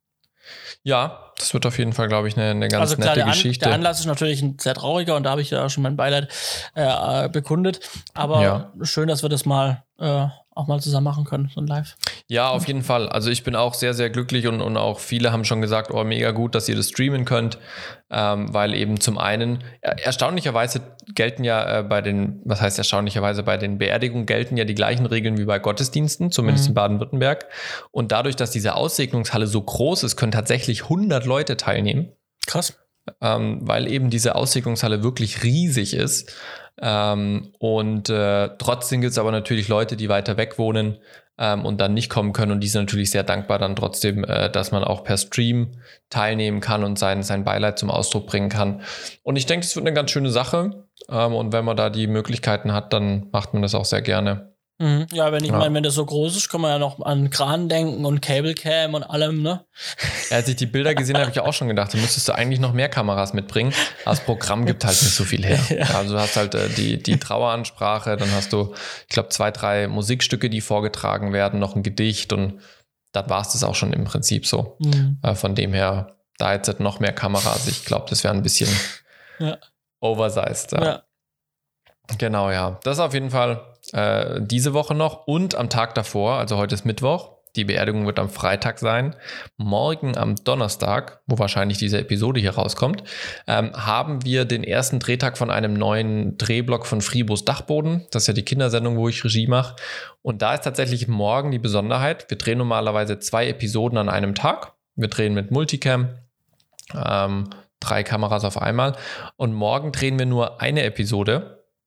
Ja, das wird auf jeden Fall, glaube ich, eine, eine ganz also klar, nette der An- Geschichte. Der Anlass ist natürlich ein sehr trauriger und da habe ich ja schon mein Beileid äh, bekundet. Aber ja. schön, dass wir das mal äh, auch mal zusammen machen können, so ein Live. Ja, auf jeden Fall. Also ich bin auch sehr, sehr glücklich und, und auch viele haben schon gesagt, oh, mega gut, dass ihr das streamen könnt, ähm, weil eben zum einen, er, erstaunlicherweise gelten ja äh, bei den, was heißt erstaunlicherweise, bei den Beerdigungen gelten ja die gleichen Regeln wie bei Gottesdiensten, zumindest mhm. in Baden-Württemberg. Und dadurch, dass diese Aussegnungshalle so groß ist, können tatsächlich hundert Leute teilnehmen. Krass. Ähm, weil eben diese Aussegnungshalle wirklich riesig ist. Ähm, und äh, trotzdem gibt es aber natürlich Leute, die weiter weg wohnen ähm, und dann nicht kommen können. Und die sind natürlich sehr dankbar dann trotzdem, äh, dass man auch per Stream teilnehmen kann und sein, sein Beileid zum Ausdruck bringen kann. Und ich denke, es wird eine ganz schöne Sache. Ähm, und wenn man da die Möglichkeiten hat, dann macht man das auch sehr gerne. Mhm. Ja, wenn ich ja. meine, wenn das so groß ist, kann man ja noch an Kran denken und Cable Cam und allem, ne? Ja, als ich die Bilder gesehen habe, habe ich auch schon gedacht, du müsstest du eigentlich noch mehr Kameras mitbringen. Aber das Programm gibt halt nicht so viel her. Ja. Also du hast halt äh, die, die Traueransprache, dann hast du, ich glaube, zwei, drei Musikstücke, die vorgetragen werden, noch ein Gedicht und dann war es das auch schon im Prinzip so. Mhm. Äh, von dem her, da jetzt halt noch mehr Kameras, ich glaube, das wäre ein bisschen ja. oversized. Ja. ja. Genau, ja. Das auf jeden Fall äh, diese Woche noch und am Tag davor, also heute ist Mittwoch, die Beerdigung wird am Freitag sein. Morgen am Donnerstag, wo wahrscheinlich diese Episode hier rauskommt, ähm, haben wir den ersten Drehtag von einem neuen Drehblock von Fribos Dachboden. Das ist ja die Kindersendung, wo ich Regie mache. Und da ist tatsächlich morgen die Besonderheit. Wir drehen normalerweise zwei Episoden an einem Tag. Wir drehen mit Multicam, ähm, drei Kameras auf einmal. Und morgen drehen wir nur eine Episode.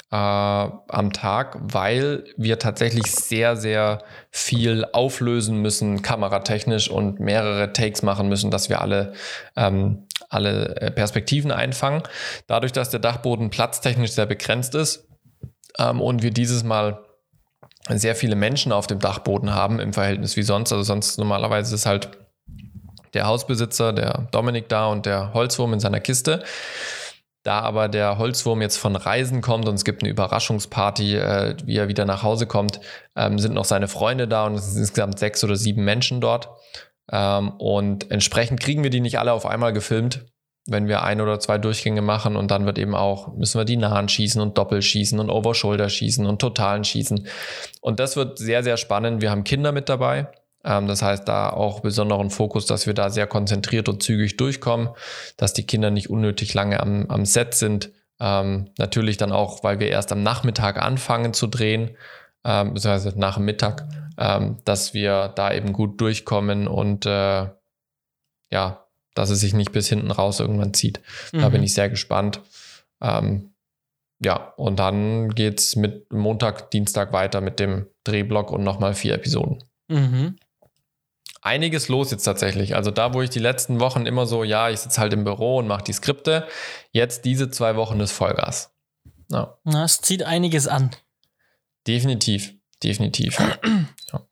äh, am Tag, weil wir tatsächlich sehr, sehr viel auflösen müssen, kameratechnisch und mehrere Takes machen müssen, dass wir alle, ähm, alle Perspektiven einfangen. Dadurch, dass der Dachboden platztechnisch sehr begrenzt ist ähm, und wir dieses Mal sehr viele Menschen auf dem Dachboden haben im Verhältnis wie sonst, also sonst normalerweise ist halt der Hausbesitzer, der Dominik da und der Holzwurm in seiner Kiste. Da aber der Holzwurm jetzt von Reisen kommt und es gibt eine Überraschungsparty, äh, wie er wieder nach Hause kommt, ähm, sind noch seine Freunde da und es sind insgesamt sechs oder sieben Menschen dort. Ähm, und entsprechend kriegen wir die nicht alle auf einmal gefilmt, wenn wir ein oder zwei Durchgänge machen und dann wird eben auch, müssen wir die nahen schießen und Doppelschießen und Over-Shoulder schießen und totalen schießen. Und das wird sehr, sehr spannend. Wir haben Kinder mit dabei. Das heißt, da auch besonderen Fokus, dass wir da sehr konzentriert und zügig durchkommen, dass die Kinder nicht unnötig lange am, am Set sind. Ähm, natürlich dann auch, weil wir erst am Nachmittag anfangen zu drehen, ähm, beziehungsweise nach dem Mittag, ähm, dass wir da eben gut durchkommen und äh, ja, dass es sich nicht bis hinten raus irgendwann zieht. Mhm. Da bin ich sehr gespannt. Ähm, ja, und dann geht's mit Montag, Dienstag weiter mit dem Drehblock und nochmal vier Episoden. Mhm. Einiges los jetzt tatsächlich. Also da, wo ich die letzten Wochen immer so, ja, ich sitze halt im Büro und mache die Skripte, jetzt diese zwei Wochen ist Vollgas. Ja. Na, es zieht einiges an. Definitiv, definitiv. Ja.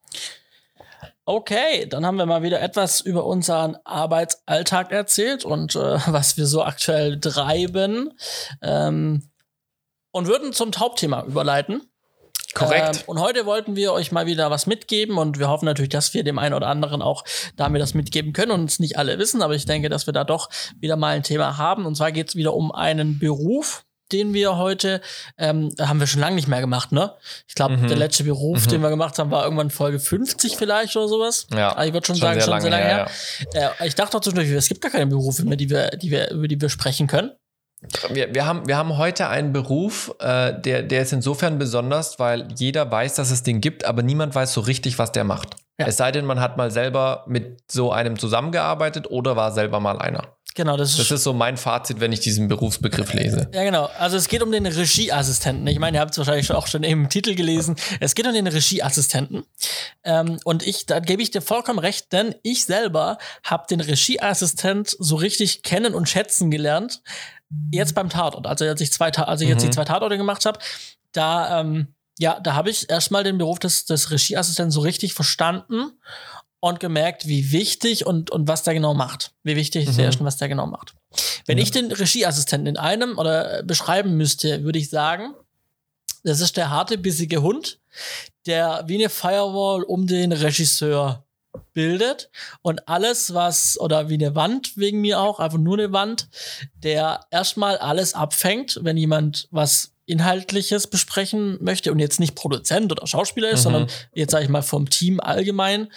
Okay, dann haben wir mal wieder etwas über unseren Arbeitsalltag erzählt und äh, was wir so aktuell treiben. Ähm, und würden zum Hauptthema überleiten. Korrekt. Ähm, und heute wollten wir euch mal wieder was mitgeben und wir hoffen natürlich, dass wir dem einen oder anderen auch damit das mitgeben können und es nicht alle wissen, aber ich denke, dass wir da doch wieder mal ein Thema haben. Und zwar geht es wieder um einen Beruf, den wir heute, ähm, haben wir schon lange nicht mehr gemacht, ne? Ich glaube, mhm. der letzte Beruf, mhm. den wir gemacht haben, war irgendwann Folge fünfzig vielleicht oder sowas. Ja. Also ich würde schon, schon sagen, sehr schon sehr lange her. her. Ja. Äh, ich dachte auch zwischendurch, es gibt gar keine Berufe mehr, die wir, die wir, über die wir sprechen können. Wir, wir, haben, wir haben heute einen Beruf, äh, der, der ist insofern besonders, weil jeder weiß, dass es den gibt, aber niemand weiß so richtig, was der macht. Ja. Es sei denn, man hat mal selber mit so einem zusammengearbeitet oder war selber mal einer. Genau, das ist, das ist so mein Fazit, wenn ich diesen Berufsbegriff lese. Ja, genau. Also es geht um den Regieassistenten. Ich meine, ihr habt es wahrscheinlich auch schon im Titel gelesen. Es geht um den Regieassistenten. Ähm, und ich, da gebe ich dir vollkommen recht, denn ich selber habe den Regieassistent so richtig kennen und schätzen gelernt. Jetzt beim Tatort. Also als ich, zwei, als ich jetzt mhm. die zwei Tatorte gemacht habe, da, ähm, ja, da habe ich erstmal den Beruf des, des Regieassistenten so richtig verstanden und gemerkt, wie wichtig und, und was der genau macht. Wie wichtig mhm. ist und was der genau macht. Wenn ja. ich den Regieassistenten in einem oder beschreiben müsste, würde ich sagen, das ist der harte, bissige Hund, der wie eine Firewall um den Regisseur bildet und alles, was, oder wie eine Wand wegen mir auch, einfach nur eine Wand, der erstmal alles abfängt, wenn jemand was Inhaltliches besprechen möchte und jetzt nicht Produzent oder Schauspieler ist, mhm. sondern jetzt sage ich mal vom Team allgemein,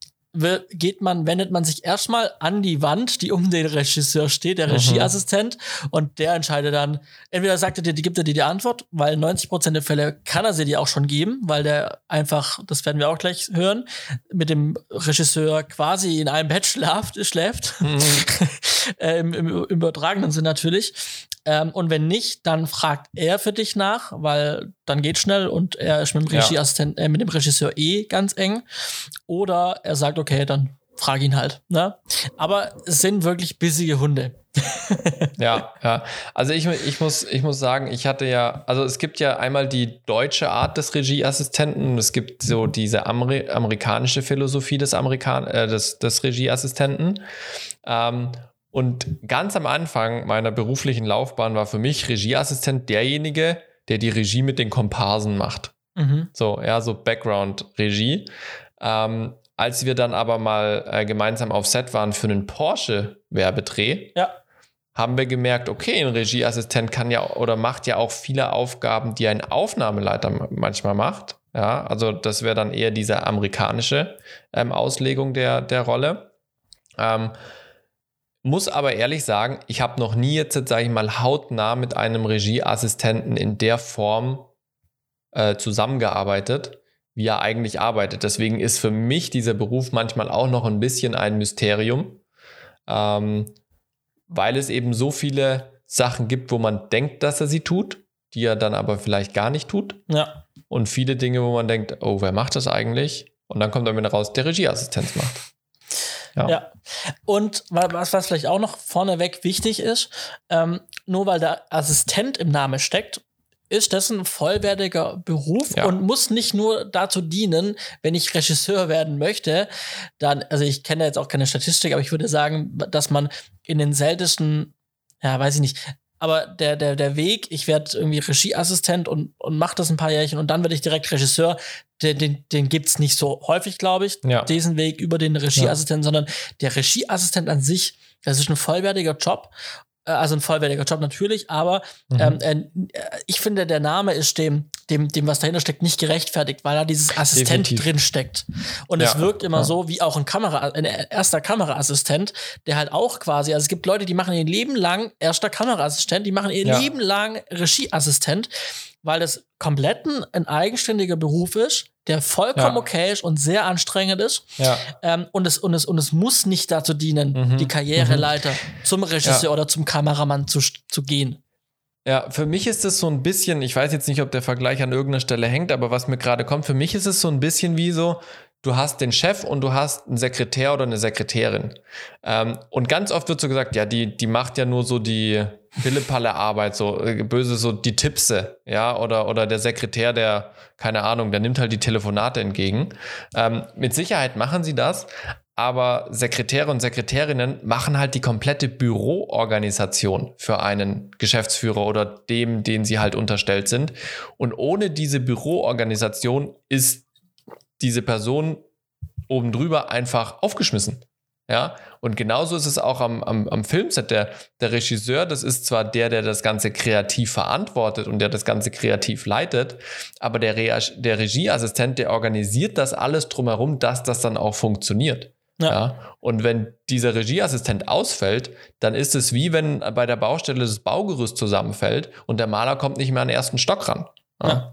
geht man, wendet man sich erstmal an die Wand, die um den Regisseur steht, der Regieassistent, mhm. und der entscheidet dann, entweder sagt er dir, die gibt er dir die Antwort, weil neunzig Prozent der Fälle kann er sie dir auch schon geben, weil der einfach, das werden wir auch gleich hören, mit dem Regisseur quasi in einem Bett schlaft, schläft, mhm. äh, im, im übertragenen Sinn natürlich. Ähm, und wenn nicht, dann fragt er für dich nach, weil dann geht schnell und er ist mit dem Regieassistent, äh, mit dem Regisseur eh ganz eng. Oder er sagt, okay, dann frag ihn halt. Ne? Aber es sind wirklich bissige Hunde. ja, ja. Also ich, ich, muss, ich muss sagen, ich hatte ja, also es gibt ja einmal die deutsche Art des Regieassistenten und es gibt so diese Amer- amerikanische Philosophie des, Amerikan- äh, des, des Regieassistenten. Ähm, Und ganz am Anfang meiner beruflichen Laufbahn war für mich Regieassistent derjenige, der die Regie mit den Komparsen macht. Mhm. So, ja, so Background-Regie. Ähm, als wir dann aber mal äh, gemeinsam auf Set waren für einen Porsche-Werbedreh, ja. haben wir gemerkt, okay, ein Regieassistent kann ja oder macht ja auch viele Aufgaben, die ein Aufnahmeleiter manchmal macht. Ja, also das wäre dann eher diese amerikanische ähm, Auslegung der, der Rolle. Ähm, Muss aber ehrlich sagen, ich habe noch nie jetzt, sage ich mal, hautnah mit einem Regieassistenten in der Form äh, zusammengearbeitet, wie er eigentlich arbeitet. Deswegen ist für mich dieser Beruf manchmal auch noch ein bisschen ein Mysterium, ähm, weil es eben so viele Sachen gibt, wo man denkt, dass er sie tut die er dann aber vielleicht gar nicht tut. Ja. Und viele Dinge, wo man denkt, oh, wer macht das eigentlich? Und dann kommt dann wieder raus, der Regieassistenz macht. Ja. ja. Und was, was vielleicht auch noch vorneweg wichtig ist, ähm, nur weil der Assistent im Namen steckt, ist das ein vollwertiger Beruf ja. und muss nicht nur dazu dienen, wenn ich Regisseur werden möchte, dann, also ich kenne jetzt auch keine Statistik, aber ich würde sagen, dass man in den seltensten, ja, weiß ich nicht, aber der, der, der Weg, ich werde irgendwie Regieassistent und, und mache das ein paar Jährchen und dann werde ich direkt Regisseur, den, den, den gibt's nicht so häufig, glaube ich, ja. diesen Weg über den Regieassistenten, ja. sondern der Regieassistent an sich, das ist ein vollwertiger Job, also ein vollwertiger Job natürlich, aber mhm. ähm, äh, ich finde, der Name ist dem, dem, dem, was dahinter steckt, nicht gerechtfertigt, weil da dieses Assistent Definitiv. drin steckt. Und ja. es wirkt immer ja. so wie auch ein Kamera, ein erster Kameraassistent, der halt auch quasi, also es gibt Leute, die machen ihr Leben lang erster Kameraassistent, die machen ihr ja. Leben lang Regieassistent, weil das komplett ein eigenständiger Beruf ist, der vollkommen ja. okay ist und sehr anstrengend ist. Ja. Ähm, und, es, und, es, und es muss nicht dazu dienen, mhm. die Karriereleiter mhm. zum Regisseur ja. oder zum Kameramann zu, zu gehen. Ja, für mich ist es so ein bisschen, ich weiß jetzt nicht, ob der Vergleich an irgendeiner Stelle hängt, aber was mir gerade kommt, für mich ist es so ein bisschen wie so, du hast den Chef und du hast einen Sekretär oder eine Sekretärin. Ähm, und ganz oft wird so gesagt, ja, die, die macht ja nur so die Pille-Palle-Arbeit, so äh, böse, so die Tippse, ja, oder, oder der Sekretär, der, keine Ahnung, der nimmt halt die Telefonate entgegen. Ähm, mit Sicherheit machen sie das, aber Sekretäre und Sekretärinnen machen halt die komplette Büroorganisation für einen Geschäftsführer oder dem, den sie halt unterstellt sind. Und ohne diese Büroorganisation ist diese Person oben drüber einfach aufgeschmissen. Ja, und genauso ist es auch am, am, am Filmset. Der, der Regisseur, das ist zwar der, der das Ganze kreativ verantwortet und der das Ganze kreativ leitet, aber der, Re- der Regieassistent, der organisiert das alles drumherum, dass das dann auch funktioniert. Ja. Ja, und wenn dieser Regieassistent ausfällt, dann ist es wie wenn bei der Baustelle das Baugerüst zusammenfällt und der Maler kommt nicht mehr an den ersten Stock ran. Ja. Ja.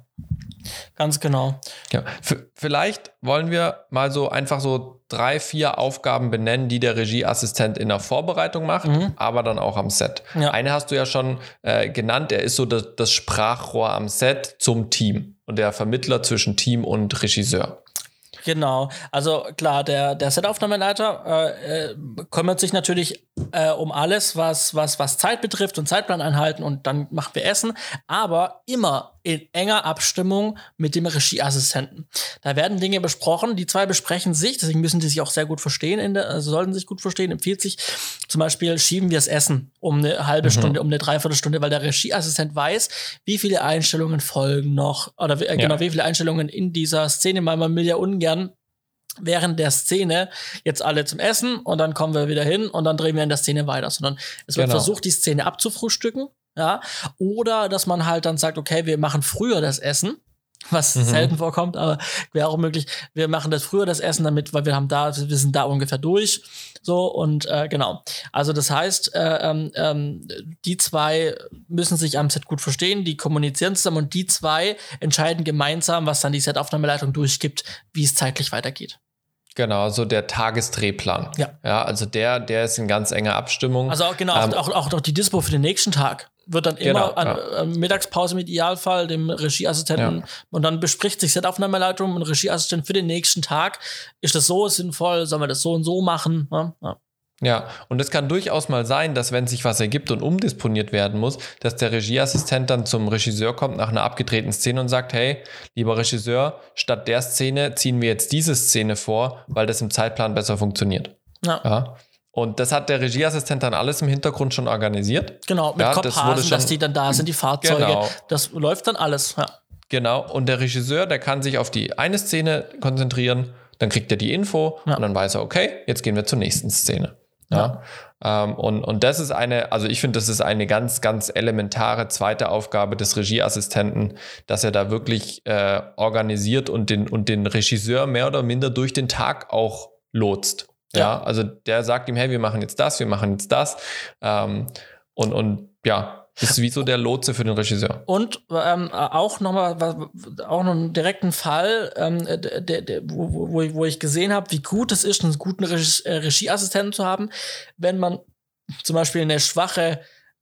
Ganz genau. Ja. V- vielleicht wollen wir mal so einfach so drei, vier Aufgaben benennen, die der Regieassistent in der Vorbereitung macht, mhm. aber dann auch am Set. Ja. Eine hast du ja schon äh, genannt, er ist so das, das Sprachrohr am Set zum Team und der Vermittler zwischen Team und Regisseur. Genau, also klar, der, der Setaufnahmeleiter äh, kümmert sich natürlich äh, um alles, was, was, was Zeit betrifft und Zeitplan einhalten und dann machen wir Essen, aber immer in enger Abstimmung mit dem Regieassistenten. Da werden Dinge besprochen, die zwei besprechen sich, deswegen müssen die sich auch sehr gut verstehen, in der, also sollten sich gut verstehen, empfiehlt sich zum Beispiel, schieben wir das Essen um eine halbe mhm. Stunde, um eine Dreiviertelstunde, weil der Regieassistent weiß, wie viele Einstellungen folgen noch, oder äh, genau, ja. wie viele Einstellungen in dieser Szene, weil man will ja ungern während der Szene jetzt alle zum Essen und dann kommen wir wieder hin und dann drehen wir in der Szene weiter, sondern es wird genau. versucht, die Szene abzufrühstücken, ja, oder dass man halt dann sagt, okay, wir machen früher das Essen, was mhm. selten vorkommt, aber wäre auch möglich, wir machen das früher das Essen, damit, weil wir haben da, wir sind da ungefähr durch, so und äh, genau. Also das heißt, äh, ähm, die zwei müssen sich am Set gut verstehen, die kommunizieren zusammen und die zwei entscheiden gemeinsam, was dann die Setaufnahmeleitung durchgibt, wie es zeitlich weitergeht. Genau, so der Tagesdrehplan. Ja. Ja, also der, der ist in ganz enger Abstimmung. Also auch, genau, ähm, auch, auch, auch die Dispo für den nächsten Tag wird dann immer genau, an ja. äh, Mittagspause im Idealfall dem Regieassistenten ja. und dann bespricht sich Setaufnahmeleitung und Regieassistent für den nächsten Tag. Ist das so sinnvoll? Sollen wir das so und so machen? Ja, ja. Ja, und es kann durchaus mal sein, dass wenn sich was ergibt und umdisponiert werden muss, dass der Regieassistent dann zum Regisseur kommt nach einer abgedrehten Szene und sagt, hey, lieber Regisseur, statt der Szene ziehen wir jetzt diese Szene vor, weil das im Zeitplan besser funktioniert. Ja. ja. Und das hat der Regieassistent dann alles im Hintergrund schon organisiert. Genau, mit ja, Kopfhasen, das dass die dann da sind, die Fahrzeuge. Genau. Das läuft dann alles, ja. Genau, und der Regisseur, der kann sich auf die eine Szene konzentrieren, dann kriegt er die Info ja. und dann weiß er, okay, jetzt gehen wir zur nächsten Szene. Ja. Ja. Ähm, und, und das ist eine, also ich finde, das ist eine ganz, ganz elementare zweite Aufgabe des Regieassistenten, dass er da wirklich äh, organisiert und den, und den Regisseur mehr oder minder durch den Tag auch lotst. Ja. ja, also der sagt ihm, hey, wir machen jetzt das, wir machen jetzt das. Ähm, und, und ja, das ist wie so der Lotse für den Regisseur. Und ähm, auch nochmal, auch noch einen direkten Fall, ähm, der, der, wo, wo, wo ich gesehen habe, wie gut es ist, einen guten Regie, äh, Regieassistenten zu haben, wenn man zum Beispiel eine schwache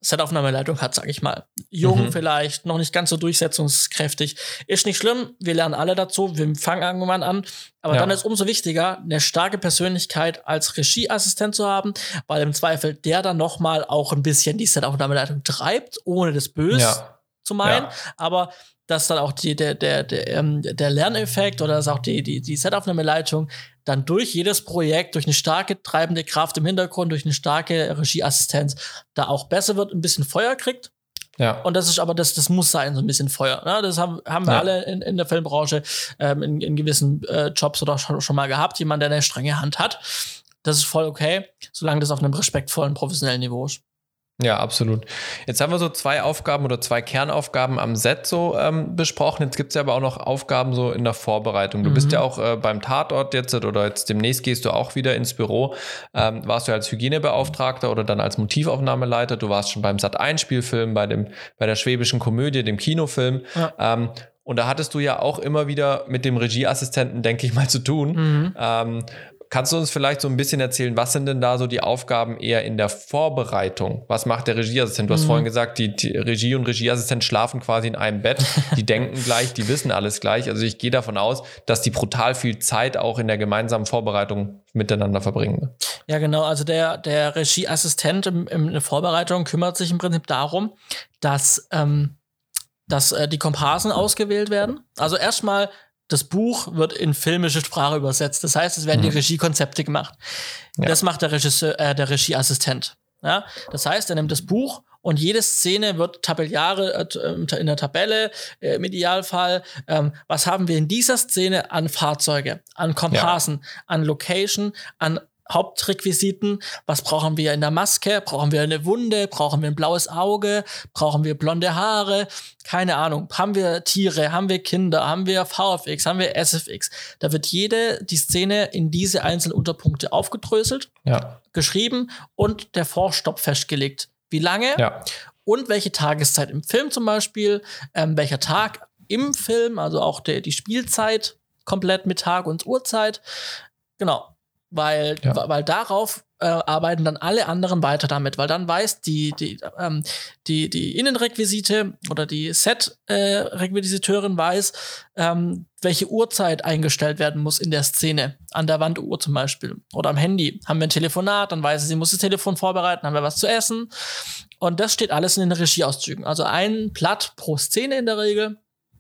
Setaufnahmeleitung hat, sag ich mal. Jung Mhm. vielleicht, noch nicht ganz so durchsetzungskräftig. Ist nicht schlimm, wir lernen alle dazu, wir fangen irgendwann an. Aber Ja. dann ist umso wichtiger, eine starke Persönlichkeit als Regieassistent zu haben, weil im Zweifel der dann noch mal auch ein bisschen die Setaufnahmeleitung treibt, ohne das böse Ja. zu meinen. Ja. Aber dass dann auch die, der, der, der, ähm, der Lerneffekt oder dass auch die, die, die Setaufnahmeleitung dann durch jedes Projekt, durch eine starke treibende Kraft im Hintergrund, durch eine starke Regieassistenz da auch besser wird, ein bisschen Feuer kriegt. Ja. Und das ist aber, das, das muss sein, so ein bisschen Feuer. Ne? Das haben, haben wir Ja. alle in, in der Filmbranche ähm, in, in gewissen äh, Jobs oder schon, schon mal gehabt, jemand, der eine strenge Hand hat. Das ist voll okay, solange das auf einem respektvollen, professionellen Niveau ist. Ja, absolut. Jetzt haben wir so zwei Aufgaben oder zwei Kernaufgaben am Set so ähm, besprochen. Jetzt gibt es ja aber auch noch Aufgaben so in der Vorbereitung. Du Mhm. bist ja auch äh, beim Tatort jetzt oder jetzt demnächst gehst du auch wieder ins Büro. Ähm, warst du als Hygienebeauftragter oder dann als Motivaufnahmeleiter? Du warst schon beim Sat eins Spielfilm, bei, dem, bei der Schwäbischen Komödie, dem Kinofilm. Ja. Ähm, und da hattest du ja auch immer wieder mit dem Regieassistenten, denke ich mal, zu tun. Mhm. Ähm, Kannst du uns vielleicht so ein bisschen erzählen, was sind denn da so die Aufgaben eher in der Vorbereitung? Was macht der Regieassistent? Du hast Mhm. vorhin gesagt, die, die Regie und Regieassistent schlafen quasi in einem Bett. Die denken gleich, die wissen alles gleich. Also ich gehe davon aus, dass die brutal viel Zeit auch in der gemeinsamen Vorbereitung miteinander verbringen. Ja, genau. Also der, der Regieassistent im, im, in der Vorbereitung kümmert sich im Prinzip darum, dass, ähm, dass äh, die Komparsen ausgewählt werden. Also erstmal, das Buch wird in filmische Sprache übersetzt. Das heißt, es werden Mhm. die Regiekonzepte gemacht. Ja. Das macht der Regisseur, äh, der Regieassistent. Ja? Das heißt, er nimmt das Buch und jede Szene wird Tabellare äh, in der Tabelle, äh, im Idealfall. Ähm, was haben wir in dieser Szene an Fahrzeuge, an Komparsen, an Location, an Hauptrequisiten, was brauchen wir in der Maske, brauchen wir eine Wunde, brauchen wir ein blaues Auge, brauchen wir blonde Haare, keine Ahnung, haben wir Tiere, haben wir Kinder, haben wir V F X, haben wir S F X. Da wird jede, die Szene in diese einzelnen Unterpunkte aufgedröselt, Ja. geschrieben und der Vorstopp festgelegt. Wie lange Ja. und welche Tageszeit im Film zum Beispiel, ähm, welcher Tag im Film, also auch der, die Spielzeit komplett mit Tag und Uhrzeit. Genau. Weil, Ja. weil darauf äh, arbeiten dann alle anderen weiter damit, weil dann weiß die, die, ähm, die, die Innenrequisite oder die Set-Requisiteurin äh, weiß, ähm, welche Uhrzeit eingestellt werden muss in der Szene. An der Wanduhr zum Beispiel. Oder am Handy. Haben wir ein Telefonat, dann weiß sie, sie muss das Telefon vorbereiten, haben wir was zu essen. Und das steht alles in den Regieauszügen. Also ein Blatt pro Szene in der Regel.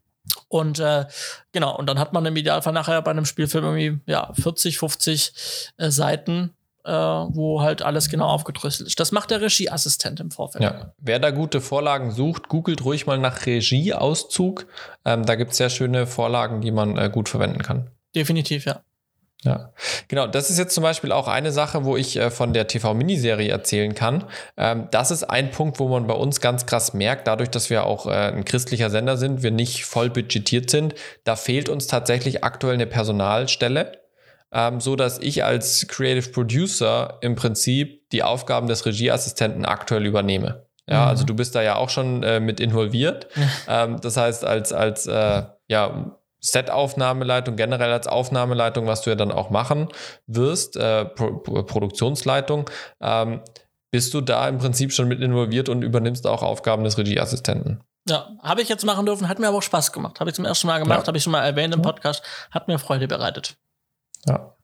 Und äh, genau, und dann hat man im Idealfall nachher bei einem Spielfilm irgendwie ja, vierzig, fünfzig äh, Seiten, äh, wo halt alles genau aufgedröselt ist. Das macht der Regieassistent im Vorfeld. Ja. Wer da gute Vorlagen sucht, googelt ruhig mal nach Regieauszug. Ähm, da gibt es sehr schöne Vorlagen, die man äh, gut verwenden kann. Definitiv, ja. Ja, genau. Das ist jetzt zum Beispiel auch eine Sache, wo ich äh, von der T V-Miniserie erzählen kann. Ähm, das ist ein Punkt, wo man bei uns ganz krass merkt, dadurch, dass wir auch äh, ein christlicher Sender sind, wir nicht voll budgetiert sind, da fehlt uns tatsächlich aktuell eine Personalstelle, ähm, so dass ich als Creative Producer im Prinzip die Aufgaben des Regieassistenten aktuell übernehme. Ja, Mhm. also du bist da ja auch schon äh, mit involviert. ähm, das heißt, als, als äh, ja, Set-Aufnahmeleitung, generell als Aufnahmeleitung, was du ja dann auch machen wirst, äh, Pro- Pro- Produktionsleitung, ähm, bist du da im Prinzip schon mit involviert und übernimmst auch Aufgaben des Regieassistenten. Ja, habe ich jetzt machen dürfen, hat mir aber auch Spaß gemacht. Habe ich zum ersten Mal gemacht, Ja. habe ich schon mal erwähnt im Podcast, hat mir Freude bereitet. Ja,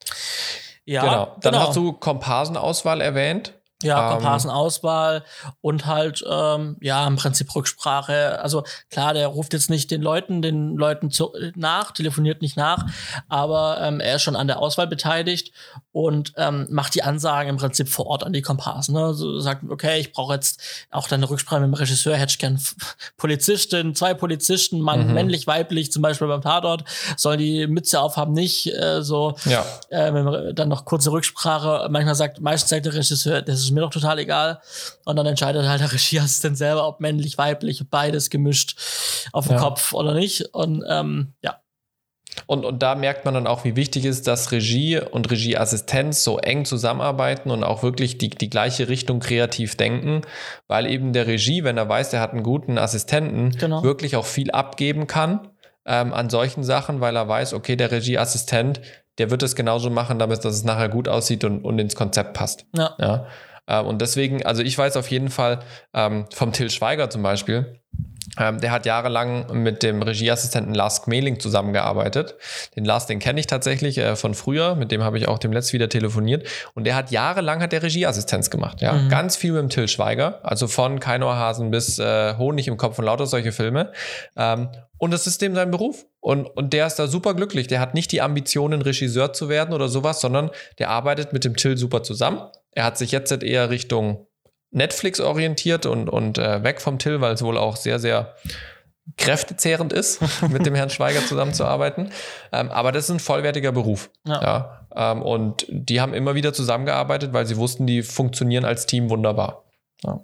Ja, genau. Dann hast du Komparsenauswahl erwähnt. Ja, Ähm, Komparsenauswahl und halt, ähm, ja, im Prinzip Rücksprache. Also klar, der ruft jetzt nicht den Leuten, den Leuten zu, nach, telefoniert nicht nach, aber ähm, er ist schon an der Auswahl beteiligt und ähm, macht die Ansagen im Prinzip vor Ort an die Komparsen. Ne? So sagt, okay, ich brauche jetzt auch deine Rücksprache mit dem Regisseur, hätte ich gern Polizistin, zwei Polizisten, Mann, Mhm. männlich, weiblich, zum Beispiel beim Tatort, sollen die Mütze aufhaben, nicht äh, so. Ja, Äh, wenn wir dann noch kurze Rücksprache. Manchmal sagt, meistens sagt der Regisseur, das ist mir doch total egal. Und dann entscheidet halt der Regieassistent selber, ob männlich, weiblich, beides gemischt auf dem Ja. Kopf oder nicht. Und ähm, ja. Und, und da merkt man dann auch, wie wichtig ist, dass Regie und Regieassistenz so eng zusammenarbeiten und auch wirklich die, die gleiche Richtung kreativ denken, weil eben der Regie, wenn er weiß, er hat einen guten Assistenten, Genau. wirklich auch viel abgeben kann ähm, an solchen Sachen, weil er weiß, okay, der Regieassistent, der wird es genauso machen, damit dass es nachher gut aussieht und, und ins Konzept passt. Ja. Ja. Ähm, und deswegen, also ich weiß auf jeden Fall ähm, vom Til Schweiger zum Beispiel, ähm, der hat jahrelang mit dem Regieassistenten Lars Gmeling zusammengearbeitet. Den Lars, den kenne ich tatsächlich äh, von früher, mit dem habe ich auch demnächst wieder telefoniert. Und der hat jahrelang hat der Regieassistenz gemacht. Ja? Mhm. Ganz viel mit dem Til Schweiger, also von Keinohrhasen bis äh, Honig im Kopf und lauter solche Filme. Ähm, und das ist dem sein Beruf. Und, und der ist da super glücklich. Der hat nicht die Ambitionen, Regisseur zu werden oder sowas, sondern der arbeitet mit dem Til super zusammen. Er hat sich jetzt eher Richtung Netflix orientiert und, und äh, weg vom Til, weil es wohl auch sehr, sehr kräftezehrend ist, mit dem Herrn Schweiger zusammenzuarbeiten. Ähm, aber das ist ein vollwertiger Beruf. Ja. Ja, ähm, und die haben immer wieder zusammengearbeitet, weil sie wussten, die funktionieren als Team wunderbar. Ja,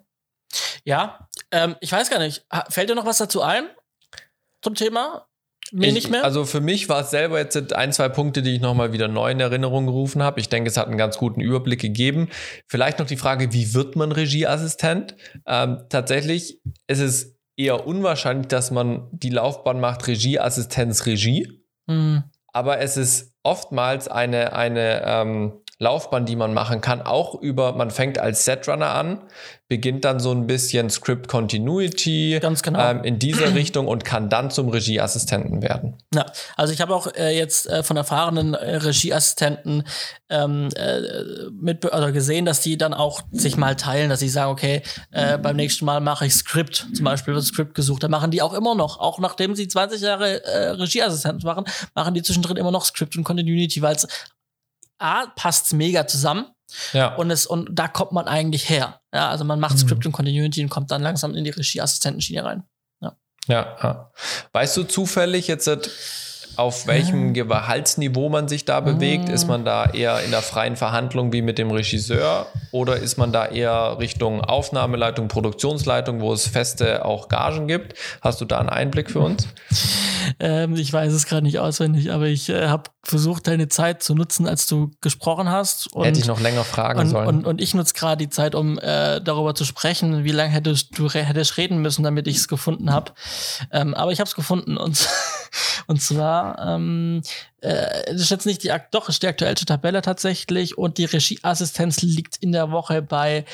ja ähm, ich weiß gar nicht. Fällt dir noch was dazu ein zum Thema? Mir ich, nicht mehr? Also für mich war es selber jetzt ein, zwei Punkte, die ich nochmal wieder neu in Erinnerung gerufen habe. Ich denke, es hat einen ganz guten Überblick gegeben. Vielleicht noch die Frage, wie wird man Regieassistent? Ähm, tatsächlich ist es eher unwahrscheinlich, dass man die Laufbahn macht, Regieassistenz, Regie. Mhm. Aber es ist oftmals eine, eine ähm, Laufbahn, die man machen kann, auch über, man fängt als Setrunner an, beginnt dann so ein bisschen Script Continuity Ganz genau. ähm, in dieser Richtung und kann dann zum Regieassistenten werden. Ja, also ich habe auch äh, jetzt äh, von erfahrenen äh, Regieassistenten ähm, äh, mit, also gesehen, dass die dann auch sich mal teilen, dass sie sagen, okay, äh, beim nächsten Mal mache ich Script, zum Beispiel wird Script gesucht, da machen die auch immer noch, auch nachdem sie zwanzig Jahre äh, Regieassistenten machen, machen die zwischendrin immer noch Script und Continuity, weil es A, passt mega zusammen. Ja. Und, es, und da kommt man eigentlich her. Ja, also man macht mhm. Script und Continuity und kommt dann langsam in die Regieassistentenschiene rein. Ja. Ja, ja. Weißt du zufällig jetzt, auf welchem Gehaltsniveau man sich da bewegt? Ist man da eher in der freien Verhandlung wie mit dem Regisseur oder ist man da eher Richtung Aufnahmeleitung, Produktionsleitung, wo es feste auch Gagen gibt? Hast du da einen Einblick für uns? Ähm, ich weiß es gerade nicht auswendig, aber ich äh, habe versucht, deine Zeit zu nutzen, als du gesprochen hast. Und, Hätte ich noch länger fragen und, sollen. Und, und ich nutze gerade die Zeit, um äh, darüber zu sprechen, wie lange hättest du re- hättest reden müssen, damit ich es gefunden habe. Ähm, aber ich habe es gefunden und, und zwar ähm, äh, das ist jetzt nicht die, doch, ist die aktuellste Tabelle tatsächlich und die Regieassistenz liegt in der Woche bei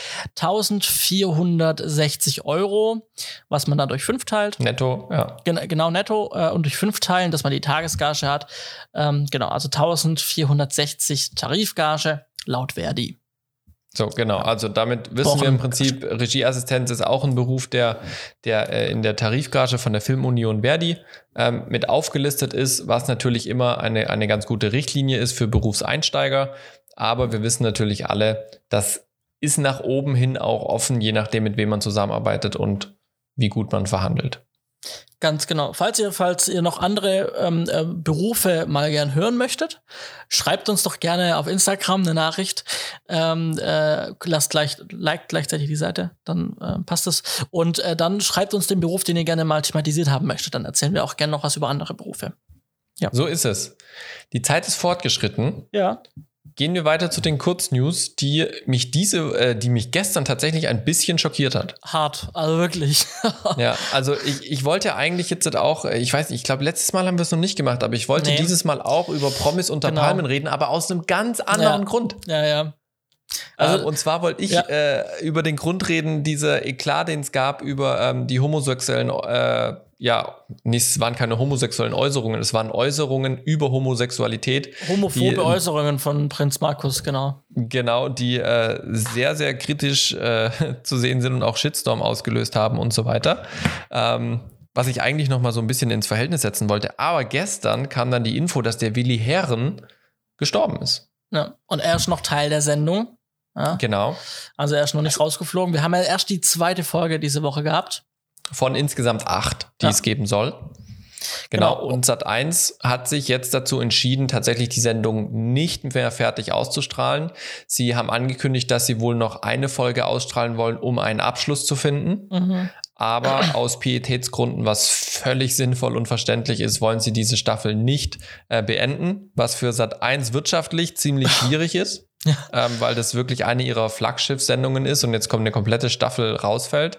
eintausendvierhundertsechzig Euro, was man dann durch fünf teilt. Netto, ja. Gen- genau, netto äh, und durch fünf teilen, dass man die Tagesgage hat. Ähm, genau, also eintausendvierhundertsechzig Tarifgage laut Verdi. So, genau. Also damit wissen Wochen. wir im Prinzip, Regieassistenz ist auch ein Beruf, der, der äh, in der Tarifgage von der Filmunion Verdi ähm, mit aufgelistet ist, was natürlich immer eine, eine ganz gute Richtlinie ist für Berufseinsteiger. Aber wir wissen natürlich alle, das ist nach oben hin auch offen, je nachdem, mit wem man zusammenarbeitet und wie gut man verhandelt. Ganz genau. Falls ihr, falls ihr noch andere ähm, äh, Berufe mal gern hören möchtet, schreibt uns doch gerne auf Instagram eine Nachricht. Ähm, äh, lasst gleich, liked gleichzeitig die Seite, dann äh, passt es. Und äh, dann schreibt uns den Beruf, den ihr gerne mal thematisiert haben möchtet. Dann erzählen wir auch gerne noch was über andere Berufe. Ja. So ist es. Die Zeit ist fortgeschritten. Ja. Gehen wir weiter zu den Kurznews, die mich diese, äh, die mich gestern tatsächlich ein bisschen schockiert hat. Hart, also wirklich. Ja, also ich, ich wollte eigentlich jetzt auch, ich weiß nicht, ich glaube, letztes Mal haben wir es noch nicht gemacht, aber ich wollte nee. dieses Mal auch über Promis unter genau. Palmen reden, aber aus einem ganz anderen ja. Grund. Ja, ja. Also, äh, und zwar wollte ich ja. äh, über den Grund reden, dieser Eklat, den es gab über ähm, die homosexuellen, äh, ja, nicht, es waren keine homosexuellen Äußerungen, es waren Äußerungen über Homosexualität. Homophobe die, Äußerungen von Prinz Markus, genau. Genau, die äh, sehr, sehr kritisch äh, zu sehen sind und auch Shitstorm ausgelöst haben und so weiter. Ähm, was ich eigentlich noch mal so ein bisschen ins Verhältnis setzen wollte. Aber gestern kam dann die Info, dass der Willi Herren gestorben ist. Ja, und er ist noch Teil der Sendung. Ja. Genau. Also er ist noch nicht rausgeflogen. Wir haben ja erst die zweite Folge diese Woche gehabt. Von insgesamt acht, die ja. es geben soll. Genau. genau. Und Sat eins hat sich jetzt dazu entschieden, tatsächlich die Sendung nicht mehr fertig auszustrahlen. Sie haben angekündigt, dass sie wohl noch eine Folge ausstrahlen wollen, um einen Abschluss zu finden. Mhm. Aber aus Pietätsgründen, was völlig sinnvoll und verständlich ist, wollen sie diese Staffel nicht äh, beenden, was für Sat eins wirtschaftlich ziemlich schwierig ist. Ja. Ähm, weil das wirklich eine ihrer Flaggschiff-Sendungen ist und jetzt kommt eine komplette Staffel rausfällt.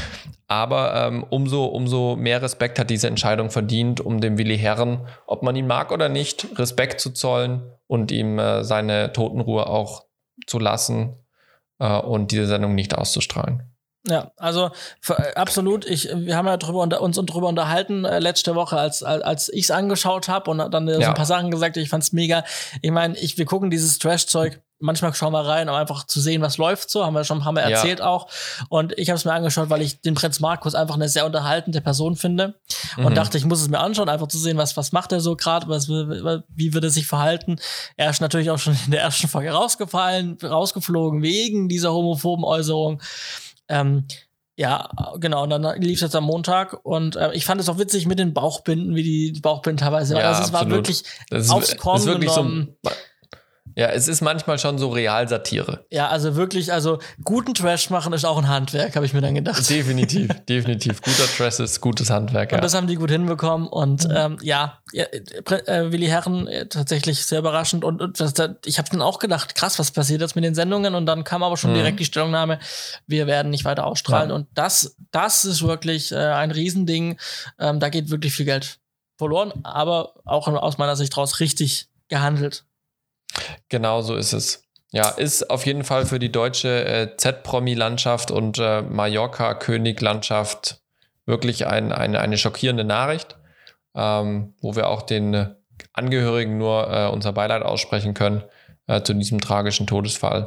Aber ähm, umso, umso mehr Respekt hat diese Entscheidung verdient, um dem Willi Herren, ob man ihn mag oder nicht, Respekt zu zollen und ihm äh, seine Totenruhe auch zu lassen. äh, und diese Sendung nicht auszustrahlen. Ja, also für, absolut. Ich, wir haben ja drüber unter, uns drüber unterhalten äh, letzte Woche, als als, als ich es angeschaut habe und dann äh, so Ja. ein paar Sachen gesagt. Ich fand's mega. Ich meine, ich wir gucken dieses Trash-Zeug. Manchmal schauen wir rein, um einfach zu sehen, was läuft so. Haben wir schon ein paar Mal erzählt ja. auch. Und ich habe es mir angeschaut, weil ich den Prinz Markus einfach eine sehr unterhaltende Person finde. Und mhm. dachte, ich muss es mir anschauen, einfach zu sehen, was was macht er so gerade, was wie wird er sich verhalten. Er ist natürlich auch schon in der ersten Folge rausgefallen, rausgeflogen wegen dieser homophoben Äußerung. Ähm, ja, genau, und dann lief es jetzt am Montag und äh, ich fand es auch witzig mit den Bauchbinden, wie die, die Bauchbinden teilweise waren. Ja, also es war wirklich das ist, aufs Korn ist wirklich genommen. So, ja, es ist manchmal schon so Realsatire. Ja, also wirklich, also guten Trash machen ist auch ein Handwerk, habe ich mir dann gedacht. Definitiv, definitiv. Guter Trash ist gutes Handwerk, ja. Und das haben die gut hinbekommen und mhm. ähm, ja, ja äh, Willi Herren äh, tatsächlich sehr überraschend und, und das, das, ich habe dann auch gedacht, krass, was passiert jetzt mit den Sendungen und dann kam aber schon mhm. direkt die Stellungnahme, wir werden nicht weiter ausstrahlen ja. und das, das ist wirklich äh, ein Riesending, ähm, da geht wirklich viel Geld verloren, aber auch aus meiner Sicht raus richtig gehandelt. Genau so ist es. Ja, ist auf jeden Fall für die deutsche äh, Z-Promi-Landschaft und äh, Mallorca-König-Landschaft wirklich ein, eine, eine schockierende Nachricht, ähm, wo wir auch den Angehörigen nur äh, unser Beileid aussprechen können äh, zu diesem tragischen Todesfall.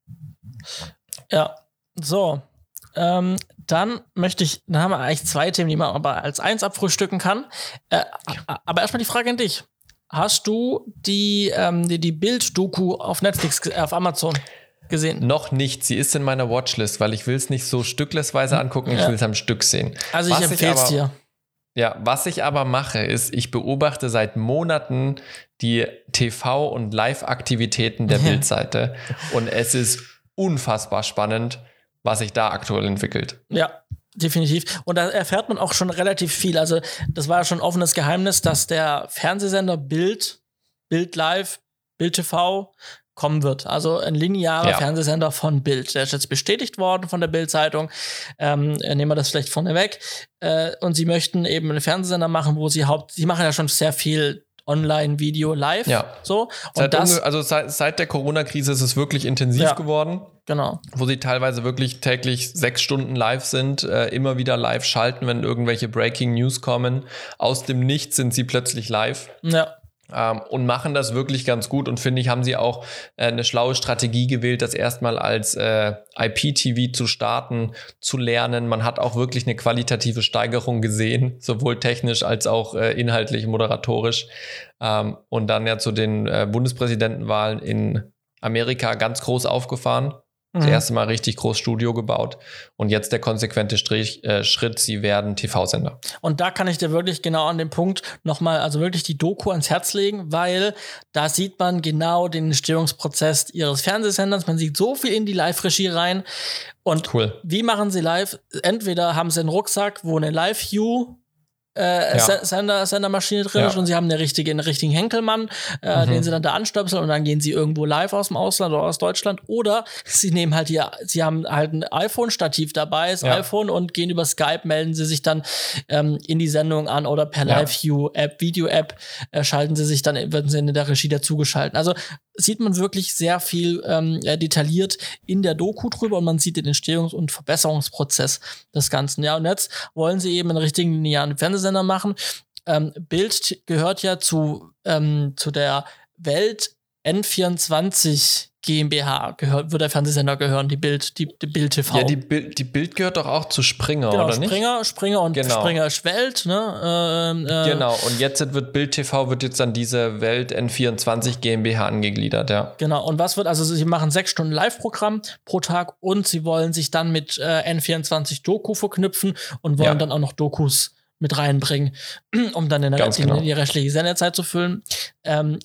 Ja, so. Ähm, dann möchte ich, dann haben wir eigentlich zwei Themen, die man aber als eins abfrühstücken kann. Äh, aber erstmal die Frage an dich. Hast du die, ähm, die, die Bild-Doku auf Netflix, äh, auf Amazon gesehen? Noch nicht. Sie ist in meiner Watchlist, weil ich will es nicht so stücklesweise angucken, ich ja. will es am Stück sehen. Also ich empfehle es dir. Ja, was ich aber mache, ist, ich beobachte seit Monaten die T V- und Live-Aktivitäten der Bild-Seite und es ist unfassbar spannend, was sich da aktuell entwickelt. Ja. Definitiv. Und da erfährt man auch schon relativ viel. Also das war ja schon ein offenes Geheimnis, dass der Fernsehsender Bild, Bild Live, Bild T V kommen wird. Also ein linearer ja. Fernsehsender von Bild. Der ist jetzt bestätigt worden von der Bild-Zeitung. Ähm, nehmen wir das vielleicht vorne weg. Äh, und sie möchten eben einen Fernsehsender machen, wo sie haupt, sie machen ja schon sehr viel Online-Video live. Ja. So. Und seit das, unge- also seit, seit der Corona-Krise ist es wirklich intensiv ja. geworden. Genau. Wo sie teilweise wirklich täglich sechs Stunden live sind, äh, immer wieder live schalten, wenn irgendwelche Breaking News kommen. Aus dem Nichts sind sie plötzlich live. Ja. Ähm, und machen das wirklich ganz gut und finde ich, haben sie auch äh, eine schlaue Strategie gewählt, das erstmal als äh, I P T V zu starten, zu lernen. Man hat auch wirklich eine qualitative Steigerung gesehen, sowohl technisch als auch äh, inhaltlich, moderatorisch. Ähm, und dann ja zu den äh, Bundespräsidentenwahlen in Amerika ganz groß aufgefahren. Das erste Mal richtig groß Studio gebaut und jetzt der konsequente Strich, äh, Schritt, sie werden T V-Sender. Und da kann ich dir wirklich genau an dem Punkt nochmal, also wirklich die Doku ans Herz legen, weil da sieht man genau den Entstehungsprozess ihres Fernsehsenders. Man sieht so viel in die Live-Regie rein. Und cool. Wie machen sie live? Entweder haben sie einen Rucksack, wo eine Live-View Äh, ja. Sender, Sendermaschine drin ja. ist und sie haben eine richtige, einen richtigen Henkelmann, äh, mhm. den sie dann da anstöpseln und dann gehen sie irgendwo live aus dem Ausland oder aus Deutschland oder sie nehmen halt hier, sie haben halt ein iPhone-Stativ dabei, das ja. iPhone und gehen über Skype, melden sie sich dann ähm, in die Sendung an oder per ja. Live-View-App, Video-App äh, schalten sie sich dann, werden sie in der Regie dazugeschalten. Also sieht man wirklich sehr viel ähm, detailliert in der Doku drüber und man sieht den Entstehungs- und Verbesserungsprozess des Ganzen. Ja, und jetzt wollen sie eben einen richtigen linearen Fernsehsender machen. Ähm, Bild gehört ja zu, ähm, zu der Welt N vierundzwanzig GmbH, gehört, wird der Fernsehsender gehören, die Bild, die, die Bild T V. Ja, die Bild, die Bild gehört doch auch zu Springer, genau, oder nicht? Springer, Springer und genau. Springer ist Welt, ne? Ähm, äh, genau, und jetzt wird Bild T V wird jetzt an diese Welt N vierundzwanzig GmbH angegliedert, ja. Genau, und was wird, also sie machen sechs Stunden Live-Programm pro Tag und sie wollen sich dann mit äh, N vierundzwanzig Doku verknüpfen und wollen ja. dann auch noch Dokus mit reinbringen, um dann in der, die, genau. die restliche Sendezeit zu füllen. Ähm,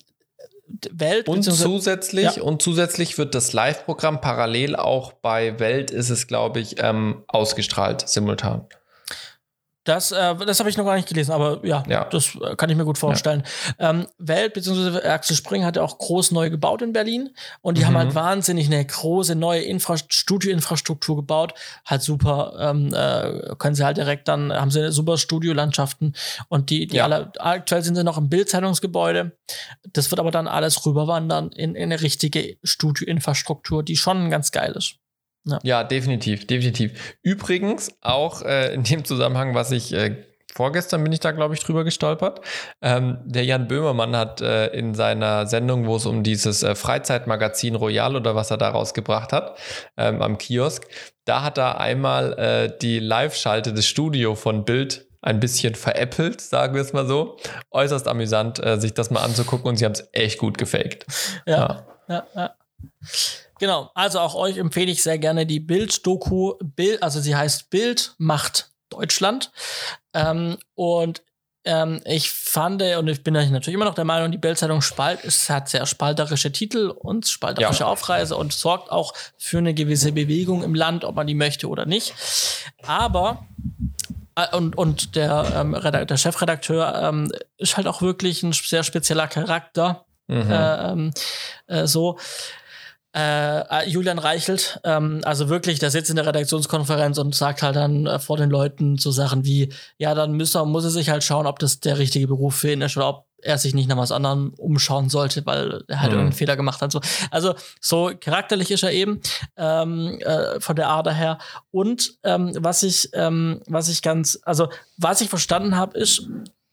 Welt und zusätzlich ja. und zusätzlich wird das Live-Programm parallel auch bei Welt ist es, glaube ich, ähm, ausgestrahlt, simultan. Das, äh, das habe ich noch gar nicht gelesen, aber ja, ja. das äh, kann ich mir gut vorstellen. Ja. Ähm, Welt bzw. Axel Springer hat ja auch groß neu gebaut in Berlin und die mhm. haben halt wahnsinnig eine große neue Infra- Studioinfrastruktur gebaut. Halt super, ähm, äh, können sie halt direkt dann, haben sie super Studiolandschaften und die, die ja. alle, aktuell sind sie noch im Bildzeitungsgebäude. Das wird aber dann alles rüberwandern in, in eine richtige Studioinfrastruktur, die schon ganz geil ist. Ja, ja definitiv, definitiv. Übrigens auch äh, in dem Zusammenhang, was ich äh, vorgestern bin ich da, glaube ich, drüber gestolpert. Ähm, der Jan Böhmermann hat äh, in seiner Sendung, wo es um dieses äh, Freizeitmagazin Royal oder was er da rausgebracht hat, ähm, am Kiosk, da hat er einmal äh, die Live-Schalte des Studio von Bild ein bisschen veräppelt, sagen wir es mal so. Äußerst amüsant, äh, sich das mal anzugucken und sie haben es echt gut gefaked. Ja, ja, ja. ja. Genau, also auch euch empfehle ich sehr gerne die Bild-Doku, Bild, also sie heißt Bild macht Deutschland. Ähm, und ähm, ich fand, und ich bin natürlich immer noch der Meinung, die Bild-Zeitung spalt, es hat sehr spalterische Titel und spalterische ja. Aufreißer und sorgt auch für eine gewisse Bewegung im Land, ob man die möchte oder nicht. Aber äh, und, und der, ähm, der Chefredakteur ähm, ist halt auch wirklich ein sehr spezieller Charakter. Mhm. Äh, äh, so Äh, Julian Reichelt, ähm, also wirklich, der sitzt in der Redaktionskonferenz und sagt halt dann äh, vor den Leuten so Sachen wie, ja, dann muss er, muss er sich halt schauen, ob das der richtige Beruf für ihn ist oder ob er sich nicht nach was anderem umschauen sollte, weil er halt mhm. irgendeinen Fehler gemacht hat. So. Also so charakterlich ist er eben ähm, äh, von der Ader her. Und ähm, was ich, ähm, was ich ganz, also was ich verstanden habe, ist,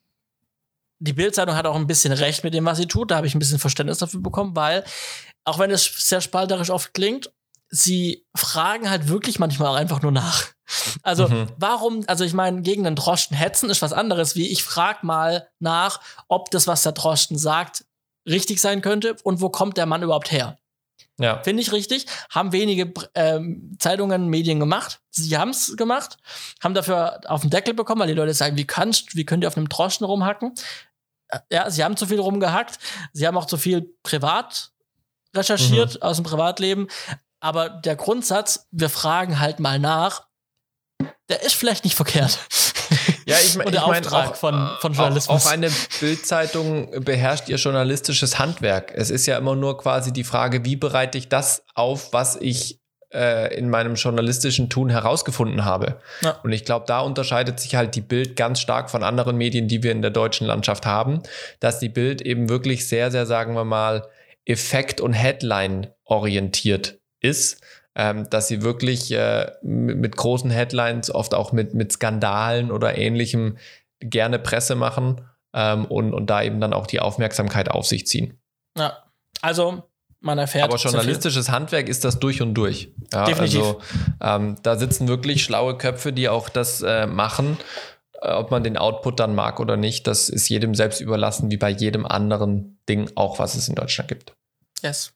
die Bild-Zeitung hat auch ein bisschen recht mit dem, was sie tut. Da habe ich ein bisschen Verständnis dafür bekommen, weil auch wenn es sehr spalterisch oft klingt, sie fragen halt wirklich manchmal auch einfach nur nach. Also mhm. warum, also ich meine, gegen den Drosten hetzen ist was anderes, wie ich frage mal nach, ob das, was der Drosten sagt, richtig sein könnte und wo kommt der Mann überhaupt her. Ja. Finde ich richtig. Haben wenige ähm, Zeitungen, Medien gemacht. Sie haben es gemacht, haben dafür auf den Deckel bekommen, weil die Leute sagen, wie kannst, wie könnt ihr auf einem Drosten rumhacken? Ja, sie haben zu viel rumgehackt. Sie haben auch zu viel privat recherchiert mhm. aus dem Privatleben. Aber der Grundsatz, wir fragen halt mal nach, der ist vielleicht nicht verkehrt. Ja, ich, ich meine, auch, von, von Journalismus. Auch, auch eine Bild-Zeitung beherrscht ihr journalistisches Handwerk. Es ist ja immer nur quasi die Frage, wie bereite ich das auf, was ich äh, in meinem journalistischen Tun herausgefunden habe. Ja. Und ich glaube, da unterscheidet sich halt die Bild ganz stark von anderen Medien, die wir in der deutschen Landschaft haben, dass die Bild eben wirklich sehr, sehr, sagen wir mal, Effekt- und Headline-orientiert ist. Ähm, dass sie wirklich äh, mit, mit großen Headlines, oft auch mit, mit Skandalen oder Ähnlichem gerne Presse machen ähm, und, und da eben dann auch die Aufmerksamkeit auf sich ziehen. Ja, also man erfährt. Aber journalistisches Handwerk ist das durch und durch. Ja, definitiv. Also ähm, da sitzen wirklich schlaue Köpfe, die auch das äh, machen. Äh, ob man den Output dann mag oder nicht, das ist jedem selbst überlassen, wie bei jedem anderen Ding auch, was es in Deutschland gibt. Yes.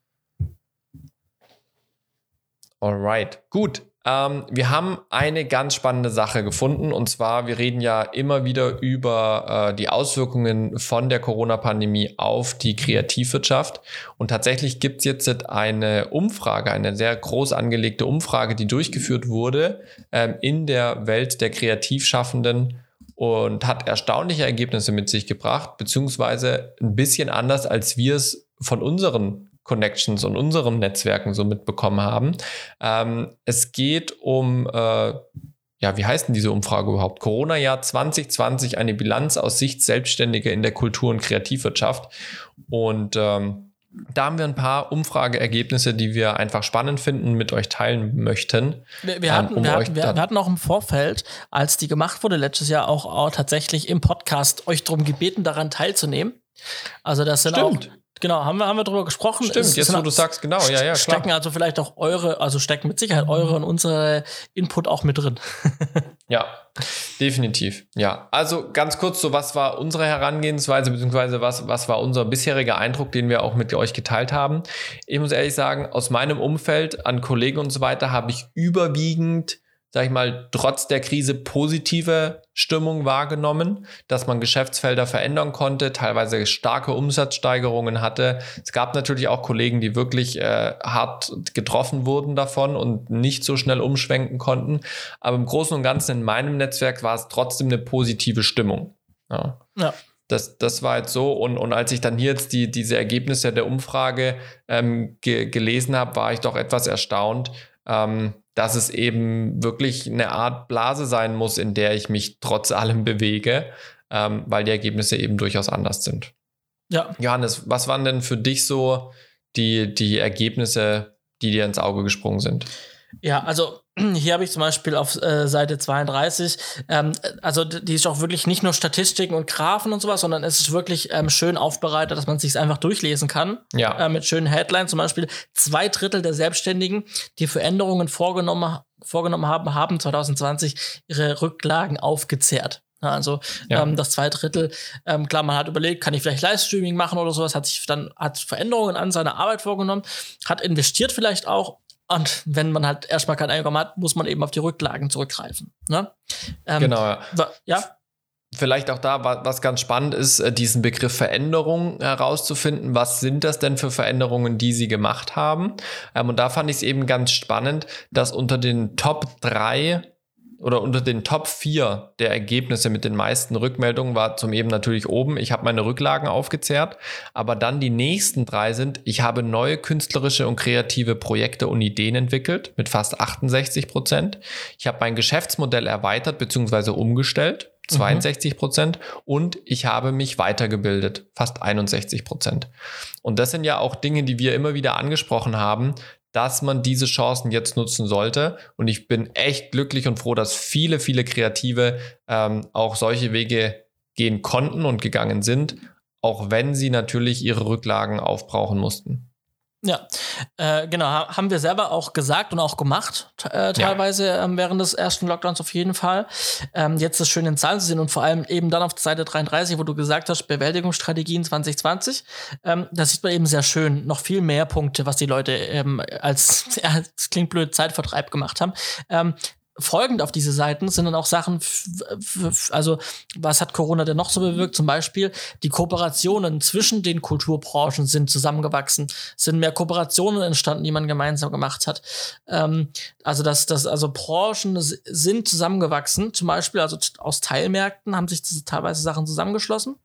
Alright, gut. Ähm, wir haben eine ganz spannende Sache gefunden und zwar, wir reden ja immer wieder über äh, die Auswirkungen von der Corona-Pandemie auf die Kreativwirtschaft und tatsächlich gibt es jetzt eine Umfrage, eine sehr groß angelegte Umfrage, die durchgeführt wurde ähm, in der Welt der Kreativschaffenden und hat erstaunliche Ergebnisse mit sich gebracht, beziehungsweise ein bisschen anders, als wir es von unseren Connections und unseren Netzwerken so mitbekommen haben. Ähm, es geht um, äh, ja, wie heißt denn diese Umfrage überhaupt? Corona-Jahr zwanzig zwanzig, eine Bilanz aus Sicht Selbstständiger in der Kultur- und Kreativwirtschaft. Und ähm, da haben wir ein paar Umfrageergebnisse, die wir einfach spannend finden und mit euch teilen möchten. Wir, wir, hatten, ähm, um wir, hatten, wir, wir hatten auch im Vorfeld, als die gemacht wurde, letztes Jahr auch, auch tatsächlich im Podcast euch darum gebeten, daran teilzunehmen. Also das sind Stimmt. auch Genau, haben wir, haben wir drüber gesprochen. Stimmt, es, jetzt wo du sagst, genau, ja, ja, klar. Stecken also vielleicht auch eure, also stecken mit Sicherheit eure und unsere Input auch mit drin. Ja, definitiv, ja. Also ganz kurz so, was war unsere Herangehensweise, beziehungsweise was, was war unser bisheriger Eindruck, den wir auch mit euch geteilt haben? Ich muss ehrlich sagen, aus meinem Umfeld an Kollegen und so weiter habe ich überwiegend, sag ich mal, trotz der Krise positive Stimmung wahrgenommen, dass man Geschäftsfelder verändern konnte, teilweise starke Umsatzsteigerungen hatte. Es gab natürlich auch Kollegen, die wirklich äh, hart getroffen wurden davon und nicht so schnell umschwenken konnten. Aber im Großen und Ganzen in meinem Netzwerk war es trotzdem eine positive Stimmung. Ja. Ja. Das, das war jetzt so. Und, und als ich dann hier jetzt die, diese Ergebnisse der Umfrage ähm, ge- gelesen habe, war ich doch etwas erstaunt, ähm, dass es eben wirklich eine Art Blase sein muss, in der ich mich trotz allem bewege, ähm, weil die Ergebnisse eben durchaus anders sind. Ja. Johannes, was waren denn für dich so die, die Ergebnisse, die dir ins Auge gesprungen sind? Ja, also hier habe ich zum Beispiel auf äh, Seite zweiunddreißig, ähm, also die ist auch wirklich nicht nur Statistiken und Graphen und sowas, sondern es ist wirklich ähm, schön aufbereitet, dass man es sich einfach durchlesen kann. Ja. Äh, mit schönen Headlines, zum Beispiel zwei Drittel der Selbstständigen, die Veränderungen vorgenommen, vorgenommen haben, haben zwanzig zwanzig ihre Rücklagen aufgezehrt. Also ja. ähm, das zwei Drittel, ähm, klar, man hat überlegt, kann ich vielleicht Livestreaming machen oder sowas, hat sich dann hat Veränderungen an seiner Arbeit vorgenommen, hat investiert vielleicht auch. Und wenn man halt erstmal kein Einkommen hat, muss man eben auf die Rücklagen zurückgreifen. Ne? Ähm, genau, ja. ja. Vielleicht auch da, was ganz spannend ist, diesen Begriff Veränderung herauszufinden. Was sind das denn für Veränderungen, die Sie gemacht haben? Und da fand ich es eben ganz spannend, dass unter den Top drei oder unter den Top vier der Ergebnisse mit den meisten Rückmeldungen war zum eben natürlich oben, ich habe meine Rücklagen aufgezehrt, aber dann die nächsten drei sind, ich habe neue künstlerische und kreative Projekte und Ideen entwickelt mit fast achtundsechzig Prozent. Ich habe mein Geschäftsmodell erweitert bzw. umgestellt, zweiundsechzig Prozent, mhm. und ich habe mich weitergebildet, fast einundsechzig Prozent. Und das sind ja auch Dinge, die wir immer wieder angesprochen haben, dass man diese Chancen jetzt nutzen sollte. Und ich bin echt glücklich und froh, dass viele, viele Kreative ähm, auch solche Wege gehen konnten und gegangen sind, auch wenn sie natürlich ihre Rücklagen aufbrauchen mussten. Ja, äh, genau, haben wir selber auch gesagt und auch gemacht, äh, teilweise ja. ähm, während des ersten Lockdowns auf jeden Fall. Ähm, jetzt das schön in Zahlen zu sehen und vor allem eben dann auf Seite dreiunddreißig, wo du gesagt hast, Bewältigungsstrategien zwanzig zwanzig, ähm, da sieht man eben sehr schön noch viel mehr Punkte, was die Leute ähm, als, ja, das klingt blöd, Zeitvertreib gemacht haben. Ähm, Folgend auf diese Seiten sind dann auch Sachen, f- f- also was hat Corona denn noch so bewirkt? Zum Beispiel die Kooperationen zwischen den Kulturbranchen sind zusammengewachsen, sind mehr Kooperationen entstanden, die man gemeinsam gemacht hat. Ähm, also dass das also Branchen sind zusammengewachsen, zum Beispiel also aus Teilmärkten haben sich teilweise Sachen zusammengeschlossen.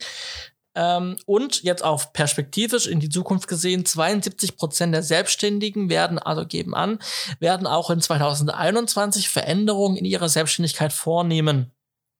Ähm, und jetzt auch perspektivisch in die Zukunft gesehen, zweiundsiebzig Prozent der Selbstständigen werden, also geben an, werden auch in zwanzig einundzwanzig Veränderungen in ihrer Selbstständigkeit vornehmen.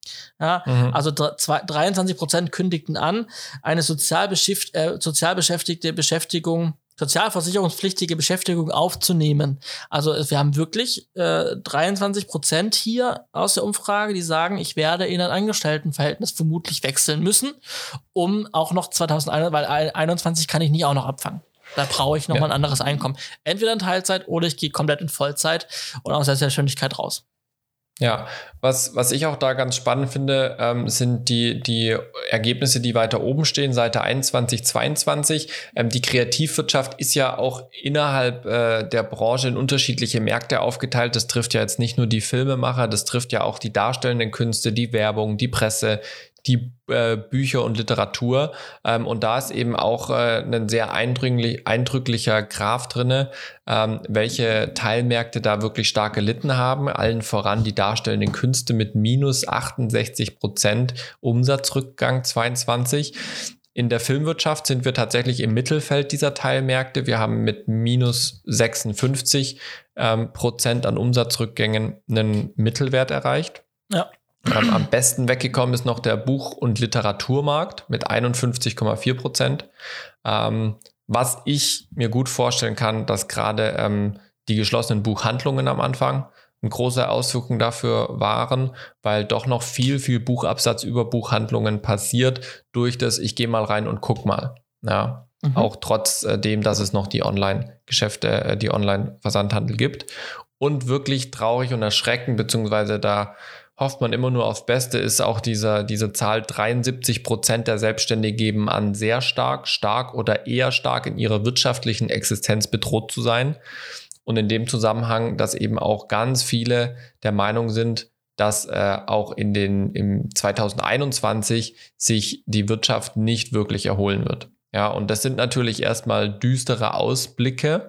Ja, mhm. Also dreiundzwanzig Prozent kündigten an, eine sozialbeschäft- äh, sozialbeschäftigte Beschäftigung, sozialversicherungspflichtige Beschäftigung aufzunehmen. Also wir haben wirklich äh, dreiundzwanzig Prozent hier aus der Umfrage, die sagen, ich werde in ein Angestelltenverhältnis vermutlich wechseln müssen, um auch noch zwanzig einundzwanzig kann ich nicht auch noch abfangen. Da brauche ich noch ja. mal ein anderes Einkommen. Entweder in Teilzeit oder ich gehe komplett in Vollzeit und aus der Selbstständigkeit raus. Ja, was, was ich auch da ganz spannend finde, ähm, sind die, die Ergebnisse, die weiter oben stehen, Seite einundzwanzig, zweiundzwanzig. Ähm, die Kreativwirtschaft ist ja auch innerhalb äh, der Branche in unterschiedliche Märkte aufgeteilt. Das trifft ja jetzt nicht nur die Filmemacher, das trifft ja auch die darstellenden Künste, die Werbung, die Presse, die äh, Bücher und Literatur. Ähm, und da ist eben auch äh, ein sehr eindrücklich, eindrücklicher Graph drinne, ähm, welche Teilmärkte da wirklich stark gelitten haben. Allen voran die darstellenden Künste mit minus achtundsechzig Prozent Umsatzrückgang zweiundzwanzig. In der Filmwirtschaft sind wir tatsächlich im Mittelfeld dieser Teilmärkte. Wir haben mit minus sechsundfünfzig ähm, Prozent an Umsatzrückgängen einen Mittelwert erreicht. Ja. Ähm, am besten weggekommen ist noch der Buch- und Literaturmarkt mit einundfünfzig Komma vier Prozent. Ähm, was ich mir gut vorstellen kann, dass gerade ähm, die geschlossenen Buchhandlungen am Anfang eine große Auswirkung dafür waren, weil doch noch viel, viel Buchabsatz über Buchhandlungen passiert durch das, ich gehe mal rein und guck mal. Ja, mhm. Auch trotz äh, dem, dass es noch die Online-Geschäfte, äh, die Online-Versandhandel gibt. Und wirklich traurig und erschreckend, beziehungsweise da hofft man immer nur aufs Beste, ist auch dieser, diese Zahl, dreiundsiebzig Prozent der Selbstständigen geben an, sehr stark, stark oder eher stark in ihrer wirtschaftlichen Existenz bedroht zu sein. Und in dem Zusammenhang, dass eben auch ganz viele der Meinung sind, dass äh, auch in den, im zwanzig einundzwanzig sich die Wirtschaft nicht wirklich erholen wird. Ja, und das sind natürlich erstmal düstere Ausblicke,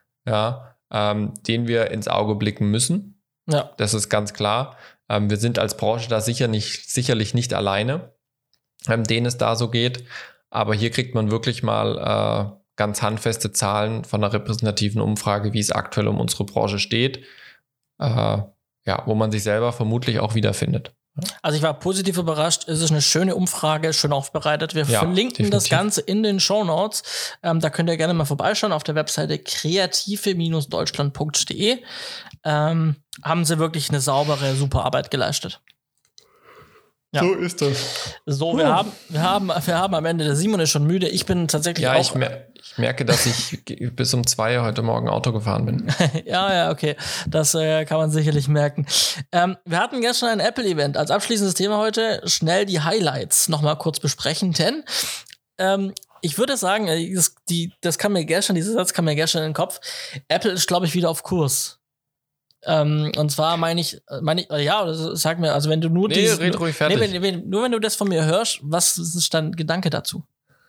ja, ähm, denen wir ins Auge blicken müssen. Ja. Das ist ganz klar. Ähm, wir sind als Branche da sicher nicht, sicherlich nicht alleine, ähm, denen es da so geht. Aber hier kriegt man wirklich mal äh, ganz handfeste Zahlen von einer repräsentativen Umfrage, wie es aktuell um unsere Branche steht, äh, ja, wo man sich selber vermutlich auch wiederfindet. Also ich war positiv überrascht. Es ist eine schöne Umfrage, schön aufbereitet. Wir ja, verlinken definitiv. Das Ganze in den Shownotes. Ähm, da könnt ihr gerne mal vorbeischauen auf der Webseite kreative Bindestrich deutschland punkt de. Ähm, haben sie wirklich eine saubere, super Arbeit geleistet. Ja. So ist das. So, wir, huh. haben, wir, haben, wir haben am Ende, der Simon ist schon müde. Ich bin tatsächlich ja, auch... Ich, mer- ich merke, dass ich bis um zwei heute Morgen Auto gefahren bin. ja, ja, okay. Das äh, kann man sicherlich merken. Ähm, wir hatten gestern ein Apple-Event. Als abschließendes Thema heute schnell die Highlights nochmal kurz besprechen, denn ähm, ich würde sagen, das, die, das kam mir gestern, dieser Satz kam mir gestern in den Kopf. Apple ist, glaube ich, wieder auf Kurs. Ähm, und zwar meine ich, meine ich, ja, sag mir, also wenn du nur nee, dieses, red ruhig fertig. Nee, wenn, wenn, nur wenn du das von mir hörst, was ist dein Gedanke dazu?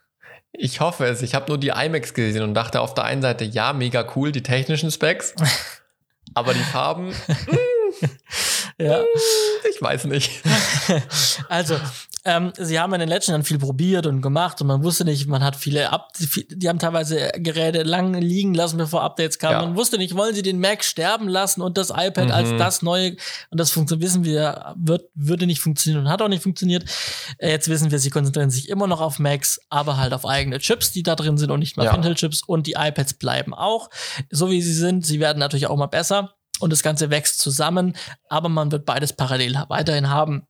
Ich hoffe es. Ich habe nur die iMacs gesehen und dachte auf der einen Seite, ja, mega cool, die technischen Specs, aber die Farben, mh, ja. mh, ich weiß nicht. Also, ähm, sie haben in den letzten Jahren viel probiert und gemacht und man wusste nicht, man hat viele Up- die haben teilweise Geräte lang liegen lassen, bevor Updates kamen. Ja. Man wusste nicht, wollen sie den Mac sterben lassen und das iPad mhm. als das neue, und das funktioniert, wissen wir, wird, würde nicht funktionieren und hat auch nicht funktioniert. Äh, jetzt wissen wir, sie konzentrieren sich immer noch auf Macs, aber halt auf eigene Chips, die da drin sind und nicht mehr ja. auf Intel-Chips, und die iPads bleiben auch so, wie sie sind. Sie werden natürlich auch mal besser und das Ganze wächst zusammen, aber man wird beides parallel weiterhin haben.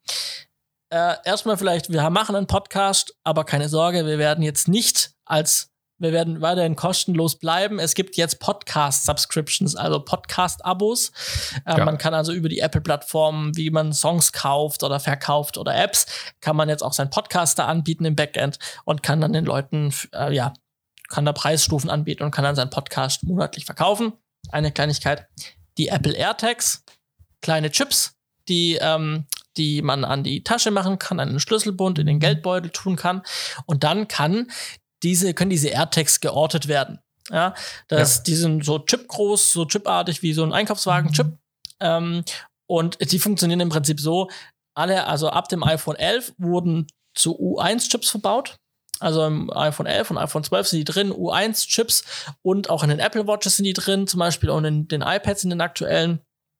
Äh, erstmal vielleicht, wir machen einen Podcast, aber keine Sorge, wir werden jetzt nicht als, wir werden weiterhin kostenlos bleiben. Es gibt jetzt Podcast-Subscriptions, also Podcast-Abos. Äh, ja. Man kann also über die Apple-Plattform, wie man Songs kauft oder verkauft oder Apps, kann man jetzt auch seinen Podcaster anbieten im Backend und kann dann den Leuten, äh, ja, kann da Preisstufen anbieten und kann dann seinen Podcast monatlich verkaufen. Eine Kleinigkeit, die Apple AirTags, kleine Chips, die, ähm, die man an die Tasche machen kann, an den Schlüsselbund, in den Geldbeutel tun kann. Und dann kann diese, können diese AirTags geortet werden. Ja, das, ja. Die sind so chipgroß, so chipartig wie so ein Einkaufswagen-Chip. Ähm, und die funktionieren im Prinzip so, alle, also ab dem iPhone elf wurden zu U eins Chips verbaut. Also im iPhone elf und iPhone zwölf sind die drin, U eins Chips, und auch in den Apple Watches sind die drin, zum Beispiel auch in den iPads, in den aktuellen.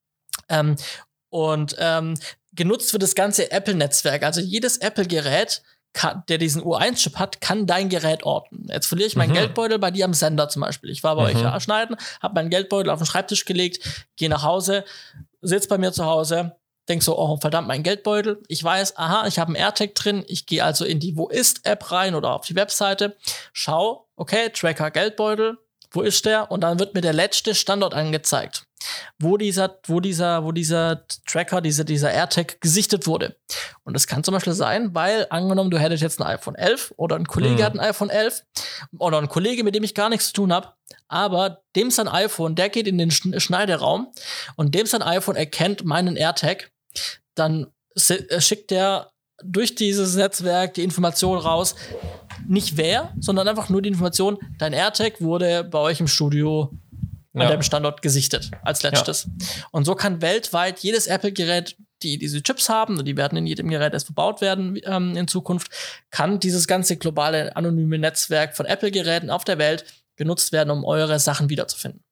Ähm, und ähm, genutzt wird das ganze Apple-Netzwerk. Also jedes Apple-Gerät, kann, der diesen U eins Chip hat, kann dein Gerät orten. Jetzt verliere ich meinen mhm. Geldbeutel bei dir am Sender zum Beispiel. Ich war bei mhm. euch ja, schneiden, habe meinen Geldbeutel auf den Schreibtisch gelegt, gehe nach Hause, sitze bei mir zu Hause, denk so, oh verdammt, mein Geldbeutel. Ich weiß, aha, ich habe einen AirTag drin. Ich gehe also in die Wo ist-App rein oder auf die Webseite, schau, okay, Tracker Geldbeutel, wo ist der? Und dann wird mir der letzte Standort angezeigt, wo dieser, wo dieser, wo dieser Tracker, dieser, dieser AirTag gesichtet wurde. Und das kann zum Beispiel sein, weil, angenommen, du hättest jetzt ein iPhone elf oder ein Kollege mhm. hat ein iPhone elf oder ein Kollege, mit dem ich gar nichts zu tun habe, aber dem sein iPhone, der geht in den Schneideraum und dem sein iPhone erkennt meinen AirTag, dann schickt der durch dieses Netzwerk die Information raus, nicht wer, sondern einfach nur die Information, dein AirTag wurde bei euch im Studio an ja. deinem Standort gesichtet, als letztes. Ja. Und so kann weltweit jedes Apple-Gerät, die diese Chips haben, und die werden in jedem Gerät erst verbaut werden ähm, in Zukunft, kann dieses ganze globale anonyme Netzwerk von Apple-Geräten auf der Welt genutzt werden, um eure Sachen wiederzufinden.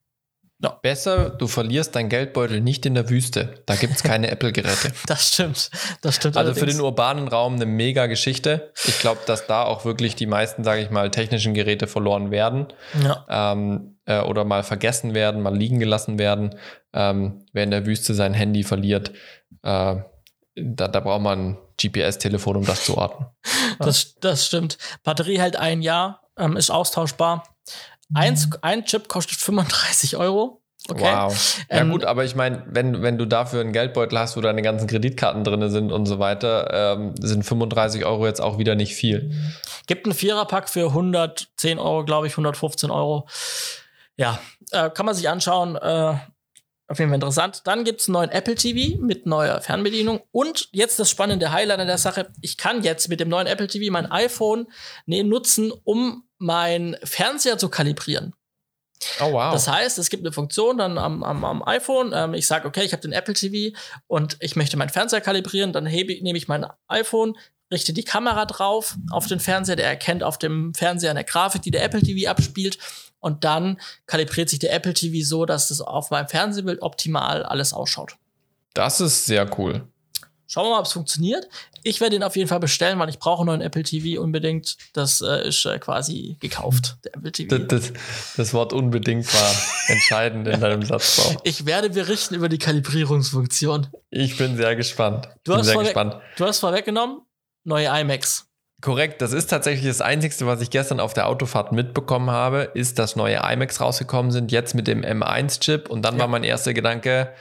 No. Besser, du verlierst dein Geldbeutel nicht in der Wüste. Da gibt es keine Apple-Geräte. Das stimmt. Das stimmt. Also allerdings. Für den urbanen Raum eine mega Geschichte. Ich glaube, dass da auch wirklich die meisten, sage ich mal, technischen Geräte verloren werden. Ja. Ähm, äh, oder mal vergessen werden, mal liegen gelassen werden. Ähm, wer in der Wüste sein Handy verliert, äh, da, da braucht man ein G P S-Telefon, um das zu orten. Das, das stimmt. Batterie hält ein Jahr, ähm, ist austauschbar. Eins, ein Chip kostet fünfunddreißig Euro. Okay. Wow. Ja ähm, gut, aber ich meine, wenn, wenn du dafür einen Geldbeutel hast, wo deine ganzen Kreditkarten drin sind und so weiter, ähm, sind fünfunddreißig Euro jetzt auch wieder nicht viel. Gibt einen Viererpack für hundertzehn Euro, glaube ich, hundertfünfzehn Euro. Ja, äh, kann man sich anschauen. Äh, auf jeden Fall interessant. Dann gibt es einen neuen Apple T V mit neuer Fernbedienung. Und jetzt das spannende Highlight an der Sache. Ich kann jetzt mit dem neuen Apple T V mein iPhone ne, nutzen, um meinen Fernseher zu kalibrieren. Oh, wow. Das heißt, es gibt eine Funktion dann am, am, am iPhone. Ähm, ich sage, okay, ich habe den Apple T V und ich möchte meinen Fernseher kalibrieren. Dann hebe, nehme ich mein iPhone, richte die Kamera drauf auf den Fernseher. Der erkennt auf dem Fernseher eine Grafik, die der Apple T V abspielt. Und dann kalibriert sich der Apple T V so, dass es auf meinem Fernsehbild optimal alles ausschaut. Das ist sehr cool. Schauen wir mal, ob es funktioniert. Ich werde ihn auf jeden Fall bestellen, weil ich brauche einen neuen Apple T V unbedingt. Das äh, ist äh, quasi gekauft, der Apple T V. Das, das, das Wort unbedingt war entscheidend in deinem Satzbau. Ich werde berichten über die Kalibrierungsfunktion. Ich bin sehr gespannt. Du, bin hast, sehr vorweg, gespannt. du hast vorweggenommen, neue iMacs. Korrekt, das ist tatsächlich das Einzige, was ich gestern auf der Autofahrt mitbekommen habe, ist, dass neue iMacs rausgekommen sind, jetzt mit dem M eins Chip. Und dann ja. war mein erster Gedanke,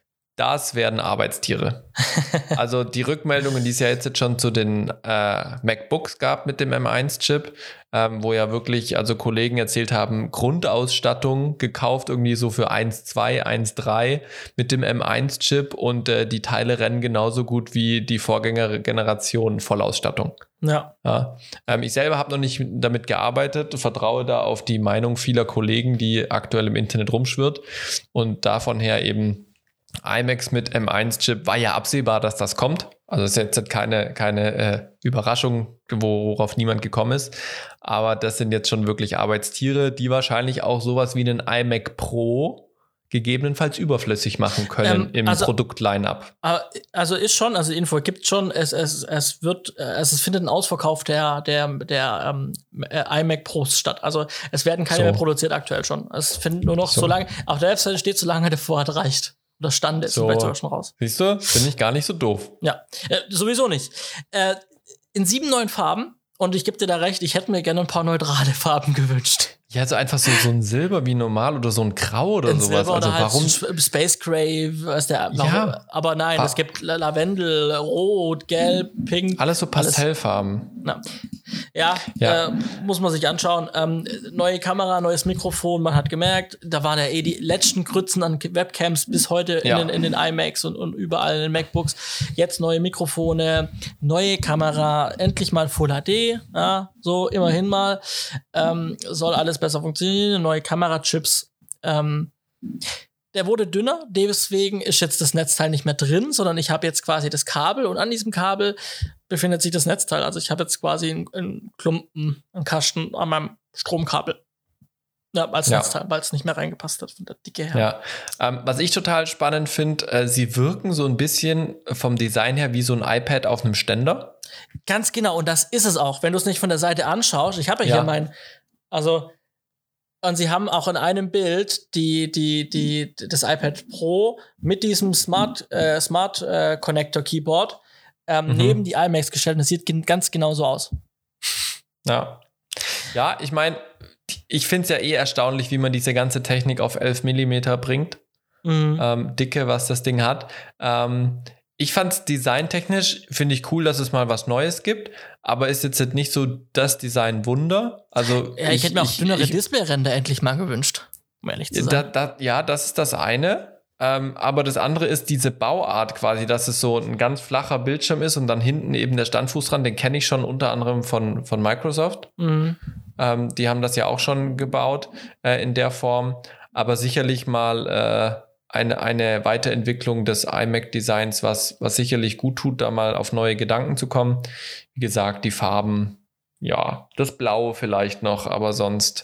das werden Arbeitstiere. Also die Rückmeldungen, die es ja jetzt schon zu den äh, MacBooks gab mit dem M eins Chip, ähm, wo ja wirklich also Kollegen erzählt haben, Grundausstattung gekauft, irgendwie so für eins Punkt zwei, eins Punkt drei mit dem M eins Chip und äh, die Teile rennen genauso gut wie die Vorgängergeneration Vollausstattung. Ja. ja. Ähm, ich selber habe noch nicht damit gearbeitet, vertraue da auf die Meinung vieler Kollegen, die aktuell im Internet rumschwirrt und davon her eben iMacs mit M eins Chip war ja absehbar, dass das kommt. Also es ist jetzt keine, keine äh, Überraschung, worauf niemand gekommen ist. Aber das sind jetzt schon wirklich Arbeitstiere, die wahrscheinlich auch sowas wie einen iMac Pro gegebenenfalls überflüssig machen können ähm, im also, Produkt-Line-Up. Also ist schon, also Info gibt schon, es, es, es wird, es, es findet ein Ausverkauf der, der, der ähm, iMac Pros statt. Also es werden keine so. mehr produziert aktuell schon. Es findet nur noch so, so lange, auf der Webseite steht, so lange der Vorrat reicht. Oder Stand ist so, vielleicht sogar schon raus. Siehst du, bin ich gar nicht so doof. Ja, äh, sowieso nicht. Äh, in sieben neuen Farben und ich gebe dir da recht, ich hätte mir gerne ein paar neutrale Farben gewünscht. Ja, so einfach so, so ein Silber wie normal oder so ein Grau oder ein sowas. Silber also oder halt warum? Space Gray, was der. Warum? Ja. Aber nein, War- es gibt Lavendel, Rot, Gelb, Pink. Alles so Pastellfarben. Na. Ja, ja. Äh, muss man sich anschauen. Ähm, neue Kamera, neues Mikrofon, man hat gemerkt, da waren ja eh die letzten Grützen an Webcams bis heute in, ja. den, in den iMacs und, und überall in den MacBooks. Jetzt neue Mikrofone, neue Kamera, endlich mal Full H D, ja, so immerhin mal. Ähm, soll alles besser funktionieren, neue Kamerachips. Ähm, der wurde dünner, deswegen ist jetzt das Netzteil nicht mehr drin, sondern ich habe jetzt quasi das Kabel und an diesem Kabel befindet sich das Netzteil. Also ich habe jetzt quasi einen, einen Klumpen, einen Kasten an meinem Stromkabel. Ja, als ja. Netzteil, weil es nicht mehr reingepasst hat von der Dicke her. Ja, ähm, was ich total spannend finde, äh, sie wirken so ein bisschen vom Design her wie so ein iPad auf einem Ständer. Ganz genau, und das ist es auch. Wenn du es nicht von der Seite anschaust, ich habe ja, ja hier mein, also und sie haben auch in einem Bild die, die, die, das iPad Pro mit diesem Smart, äh, Smart äh, Connector Keyboard ähm, mhm. neben die iMacs gestellt und es sieht g- ganz genau so aus. Ja. Ja, ich meine, ich finde es ja eh erstaunlich, wie man diese ganze Technik auf elf Millimeter bringt. Mhm. Ähm, Dicke, was das Ding hat. Ähm, ich fand es designtechnisch, finde ich cool, dass es mal was Neues gibt, aber ist jetzt nicht so das Design-Wunder. Also ja, ich, ich hätte mir auch dünnere Displayränder endlich mal gewünscht, um ehrlich zu sein. Da, da, ja, das ist das eine. Ähm, aber das andere ist diese Bauart quasi, dass es so ein ganz flacher Bildschirm ist und dann hinten eben der Standfuß dran. Den kenne ich schon unter anderem von, von Microsoft. Mhm. Ähm, die haben das ja auch schon gebaut äh, in der Form. Aber sicherlich mal äh, eine, eine Weiterentwicklung des iMac-Designs, was, was sicherlich gut tut, da mal auf neue Gedanken zu kommen. Wie gesagt, die Farben, ja, das Blaue vielleicht noch, aber sonst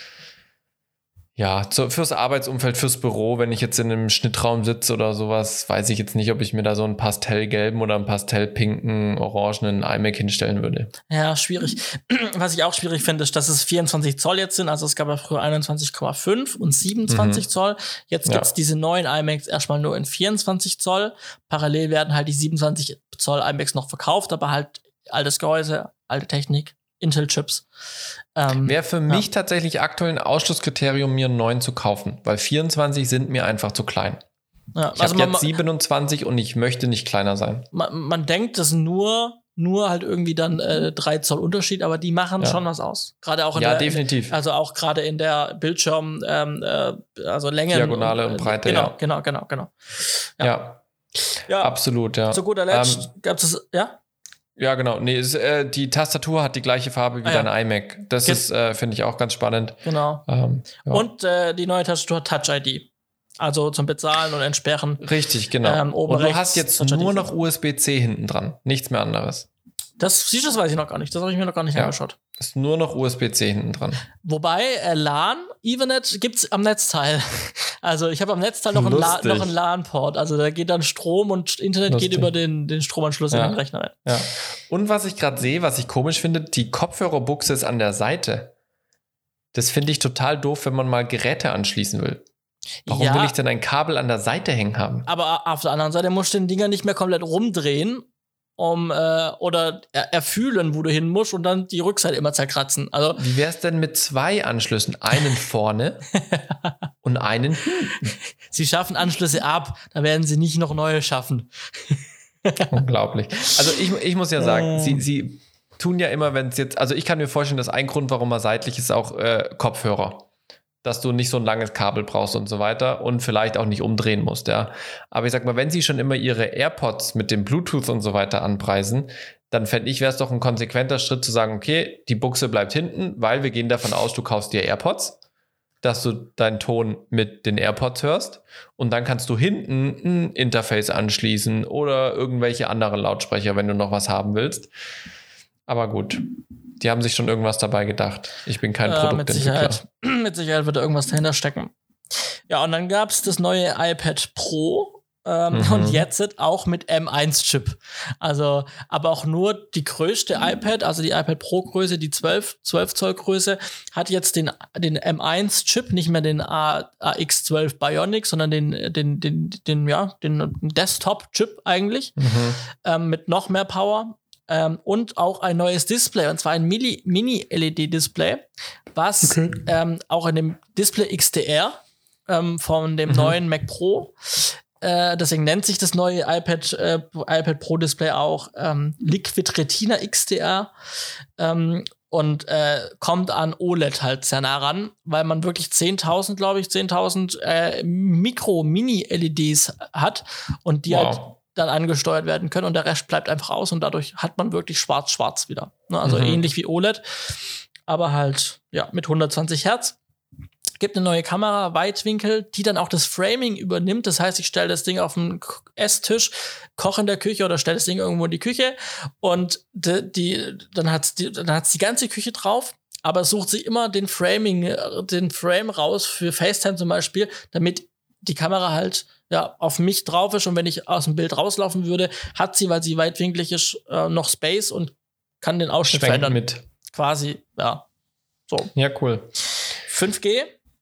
ja, zu, fürs Arbeitsumfeld, fürs Büro, wenn ich jetzt in einem Schnittraum sitze oder sowas, weiß ich jetzt nicht, ob ich mir da so einen pastellgelben oder einen pastellpinken, orangenen iMac hinstellen würde. Ja, schwierig. Was ich auch schwierig finde, ist, dass es vierundzwanzig Zoll jetzt sind. Also es gab ja früher einundzwanzig Komma fünf und siebenundzwanzig mhm. Zoll. Jetzt gibt's ja. diese neuen iMacs erstmal nur in vierundzwanzig Zoll. Parallel werden halt die siebenundzwanzig Zoll iMacs noch verkauft, aber halt altes Gehäuse, alte Technik. Intel-Chips. Ähm, Wäre für mich ja. tatsächlich aktuell ein Ausschlusskriterium, mir einen neuen zu kaufen, weil vierundzwanzig sind mir einfach zu klein. Ja, ich also habe jetzt siebenundzwanzig und ich möchte nicht kleiner sein. Man, man denkt, das nur, nur halt irgendwie dann äh, drei Zoll Unterschied, aber die machen ja. schon was aus. Gerade auch in ja, der, definitiv. Also auch gerade in der Bildschirm, ähm, äh, also Länge. Diagonale und, und Breite, genau, ja. Genau, genau, genau. Ja, ja. ja. absolut, ja. Zu guter Letzt ähm, gab es, ja? Ja, genau. Nee, ist, äh, die Tastatur hat die gleiche Farbe wie ah, ja. dein iMac. Das Ge- ist, äh, finde ich, auch ganz spannend. Genau. Ähm, ja. Und äh, die neue Tastatur hat Touch I D. Also zum Bezahlen und Entsperren. Richtig, genau. Ähm, und du hast jetzt Touch nur noch U S B C hinten dran. Nichts mehr anderes. Das, siehst du, das weiß ich noch gar nicht. Das habe ich mir noch gar nicht ja. angeschaut. Ist nur noch U S B C hinten dran. Wobei äh, LAN, Ethernet gibt's am Netzteil. Also ich habe am Netzteil noch einen, La- noch einen LAN-Port. Also da geht dann Strom und Internet Lustig. geht über den, den Stromanschluss ja. in den Rechner rein. Ja. Und was ich gerade sehe, was ich komisch finde, die Kopfhörerbuchse ist an der Seite. Das finde ich total doof, wenn man mal Geräte anschließen will. Warum ja, will ich denn ein Kabel an der Seite hängen haben? Aber auf der anderen Seite musst du den Dinger nicht mehr komplett rumdrehen, um äh, oder er- erfühlen, wo du hin musst und dann die Rückseite immer zerkratzen. Also, wie wär's denn mit zwei Anschlüssen? Einen vorne und einen hinten. Sie schaffen Anschlüsse ab, da werden sie nicht noch neue schaffen. Unglaublich. Also ich, ich muss ja sagen, äh. sie, sie tun ja immer, wenn es jetzt, also ich kann mir vorstellen, dass ein Grund, warum er seitlich ist, auch äh, Kopfhörer. Dass du nicht so ein langes Kabel brauchst und so weiter und vielleicht auch nicht umdrehen musst, ja. Aber ich sag mal, wenn sie schon immer ihre AirPods mit dem Bluetooth und so weiter anpreisen, dann fände ich, wäre es doch ein konsequenter Schritt zu sagen, okay, die Buchse bleibt hinten, weil wir gehen davon aus, du kaufst dir AirPods, dass du deinen Ton mit den AirPods hörst und dann kannst du hinten ein Interface anschließen oder irgendwelche anderen Lautsprecher, wenn du noch was haben willst. Aber gut. Die haben sich schon irgendwas dabei gedacht. Ich bin kein äh, Produktentwickler. Mit Sicherheit, mit Sicherheit wird da irgendwas dahinter stecken. Ja, und dann gab es das neue iPad Pro ähm, mhm. und jetzt auch mit M eins Chip. Also, aber auch nur die größte iPad, also die iPad Pro Größe, die zwölf Zoll Größe, hat jetzt den, den M eins Chip, nicht mehr den A X zwölf Bionic, sondern den, den, den, den, ja, den Desktop Chip eigentlich, mhm. ähm, mit noch mehr Power. Ähm, und auch ein neues Display, und zwar ein Mini-L E D-Display, was okay. ähm, auch in dem Display X D R ähm, von dem mhm. neuen Mac Pro, äh, deswegen nennt sich das neue iPad, äh, iPad Pro Display auch ähm, Liquid Retina X D R ähm, und äh, kommt an O L E D halt sehr nah ran, weil man wirklich zehntausend, glaube ich, zehntausend äh, Mikro-Mini-L E Ds hat und die wow. halt dann angesteuert werden können und der Rest bleibt einfach aus und dadurch hat man wirklich schwarz-schwarz wieder. Ne? Also mhm. ähnlich wie O L E D, aber halt ja mit hundertzwanzig Hertz. Gibt eine neue Kamera, Weitwinkel, die dann auch das Framing übernimmt. Das heißt, ich stelle das Ding auf den Esstisch, koche in der Küche oder stelle das Ding irgendwo in die Küche und die, die, dann hat's die, dann hat's die ganze Küche drauf. Aber es sucht sich immer den Framing, den Frame raus für FaceTime zum Beispiel, damit die Kamera halt ja auf mich drauf ist und wenn ich aus dem Bild rauslaufen würde, hat sie, weil sie weitwinklig ist, äh, noch Space und kann den Ausschnitt Schwenkt verändern. Mit. Quasi, ja. So. Ja, cool. fünf G.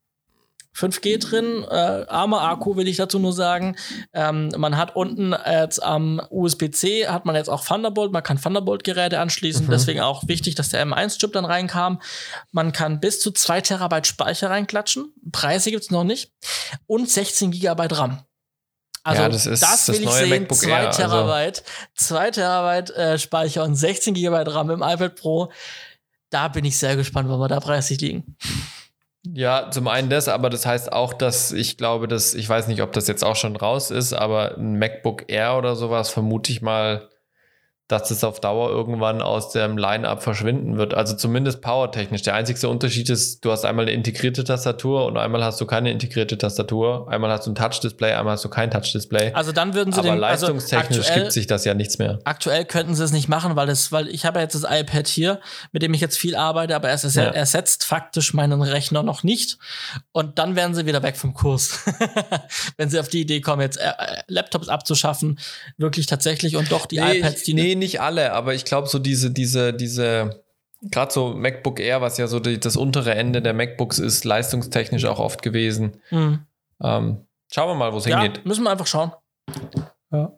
fünf G drin, äh, armer Akku, will ich dazu nur sagen. Ähm, man hat unten jetzt am U S B C hat man jetzt auch Thunderbolt, man kann Thunderbolt-Geräte anschließen, mhm. deswegen auch wichtig, dass der M eins Chip dann reinkam. Man kann bis zu zwei Terabyte Speicher reinklatschen, Preise gibt's noch nicht und sechzehn Gigabyte RAM. Also ja, das, ist das will das ich sehen, MacBook zwei Air, Terabyte, also. zwei Terabyte äh, Speicher und sechzehn Gigabyte RAM im iPad Pro. Da bin ich sehr gespannt, wo wir da preislich liegen. Ja, zum einen das, aber das heißt auch, dass ich glaube, dass, ich weiß nicht, ob das jetzt auch schon raus ist, aber ein MacBook Air oder sowas vermute ich mal, dass es auf Dauer irgendwann aus dem Line-Up verschwinden wird. Also zumindest powertechnisch. Der einzige Unterschied ist, du hast einmal eine integrierte Tastatur und einmal hast du keine integrierte Tastatur. Einmal hast du ein Touch-Display, einmal hast du kein Touch-Display. Also dann würden sie Aber den, leistungstechnisch also aktuell, gibt sich das ja nichts mehr. Aktuell könnten sie es nicht machen, weil es, weil ich habe ja jetzt das iPad hier, mit dem ich jetzt viel arbeite, aber es ja. ersetzt faktisch meinen Rechner noch nicht. Und dann wären sie wieder weg vom Kurs. Wenn sie auf die Idee kommen, jetzt äh, Laptops abzuschaffen, wirklich tatsächlich und doch die nee, iPads, die nee, nicht alle, aber ich glaube so diese, diese, diese, gerade so MacBook Air, was ja so die, das untere Ende der MacBooks ist, leistungstechnisch auch oft gewesen. Mhm. Ähm, schauen wir mal, wo es ja, hingeht. Müssen wir einfach schauen. Ja.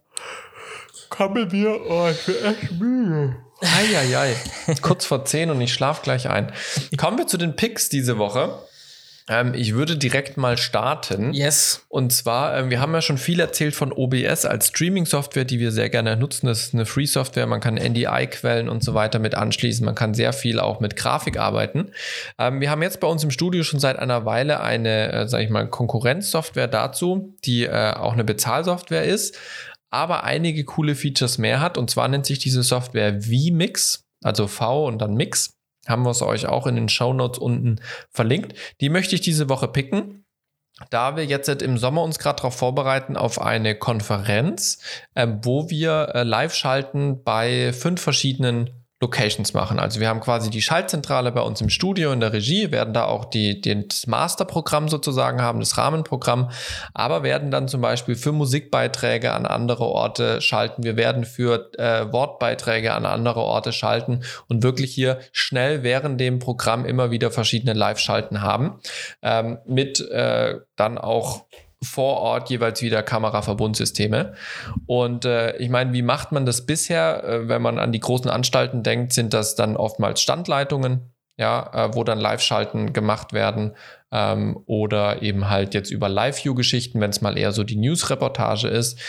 Kommen wir, oh, ich bin echt müde. Eieiei. Kurz vor zehn und ich schlafe gleich ein. Kommen wir zu den Picks diese Woche. Ähm, ich würde direkt mal starten. Yes. Und zwar, ähm, wir haben ja schon viel erzählt von O B S als Streaming-Software, die wir sehr gerne nutzen. Das ist eine Free-Software, man kann N D I-Quellen und so weiter mit anschließen. Man kann sehr viel auch mit Grafik arbeiten. Ähm, wir haben jetzt bei uns im Studio schon seit einer Weile eine, äh, sag ich mal, Konkurrenzsoftware dazu, die äh, auch eine Bezahlsoftware ist, aber einige coole Features mehr hat. Und zwar nennt sich diese Software vMix, also V und dann Mix. Haben wir es euch auch in den Shownotes unten verlinkt. Die möchte ich diese Woche picken, da wir jetzt im Sommer uns gerade darauf vorbereiten auf eine Konferenz, äh, wo wir äh, live schalten bei fünf verschiedenen Locations machen. Also wir haben quasi die Schaltzentrale bei uns im Studio in der Regie, werden da auch die, die, das Masterprogramm sozusagen haben, das Rahmenprogramm, aber werden dann zum Beispiel für Musikbeiträge an andere Orte schalten. Wir werden für äh, Wortbeiträge an andere Orte schalten und wirklich hier schnell während dem Programm immer wieder verschiedene Live-Schalten haben, ähm, mit äh, dann auch vor Ort jeweils wieder Kameraverbundsysteme. Und äh, ich meine, wie macht man das bisher? Äh, wenn man an die großen Anstalten denkt, sind das dann oftmals Standleitungen, ja, äh, wo dann Live-Schalten gemacht werden, ähm, oder eben halt jetzt über Live-View-Geschichten, wenn es mal eher so die News-Reportage ist.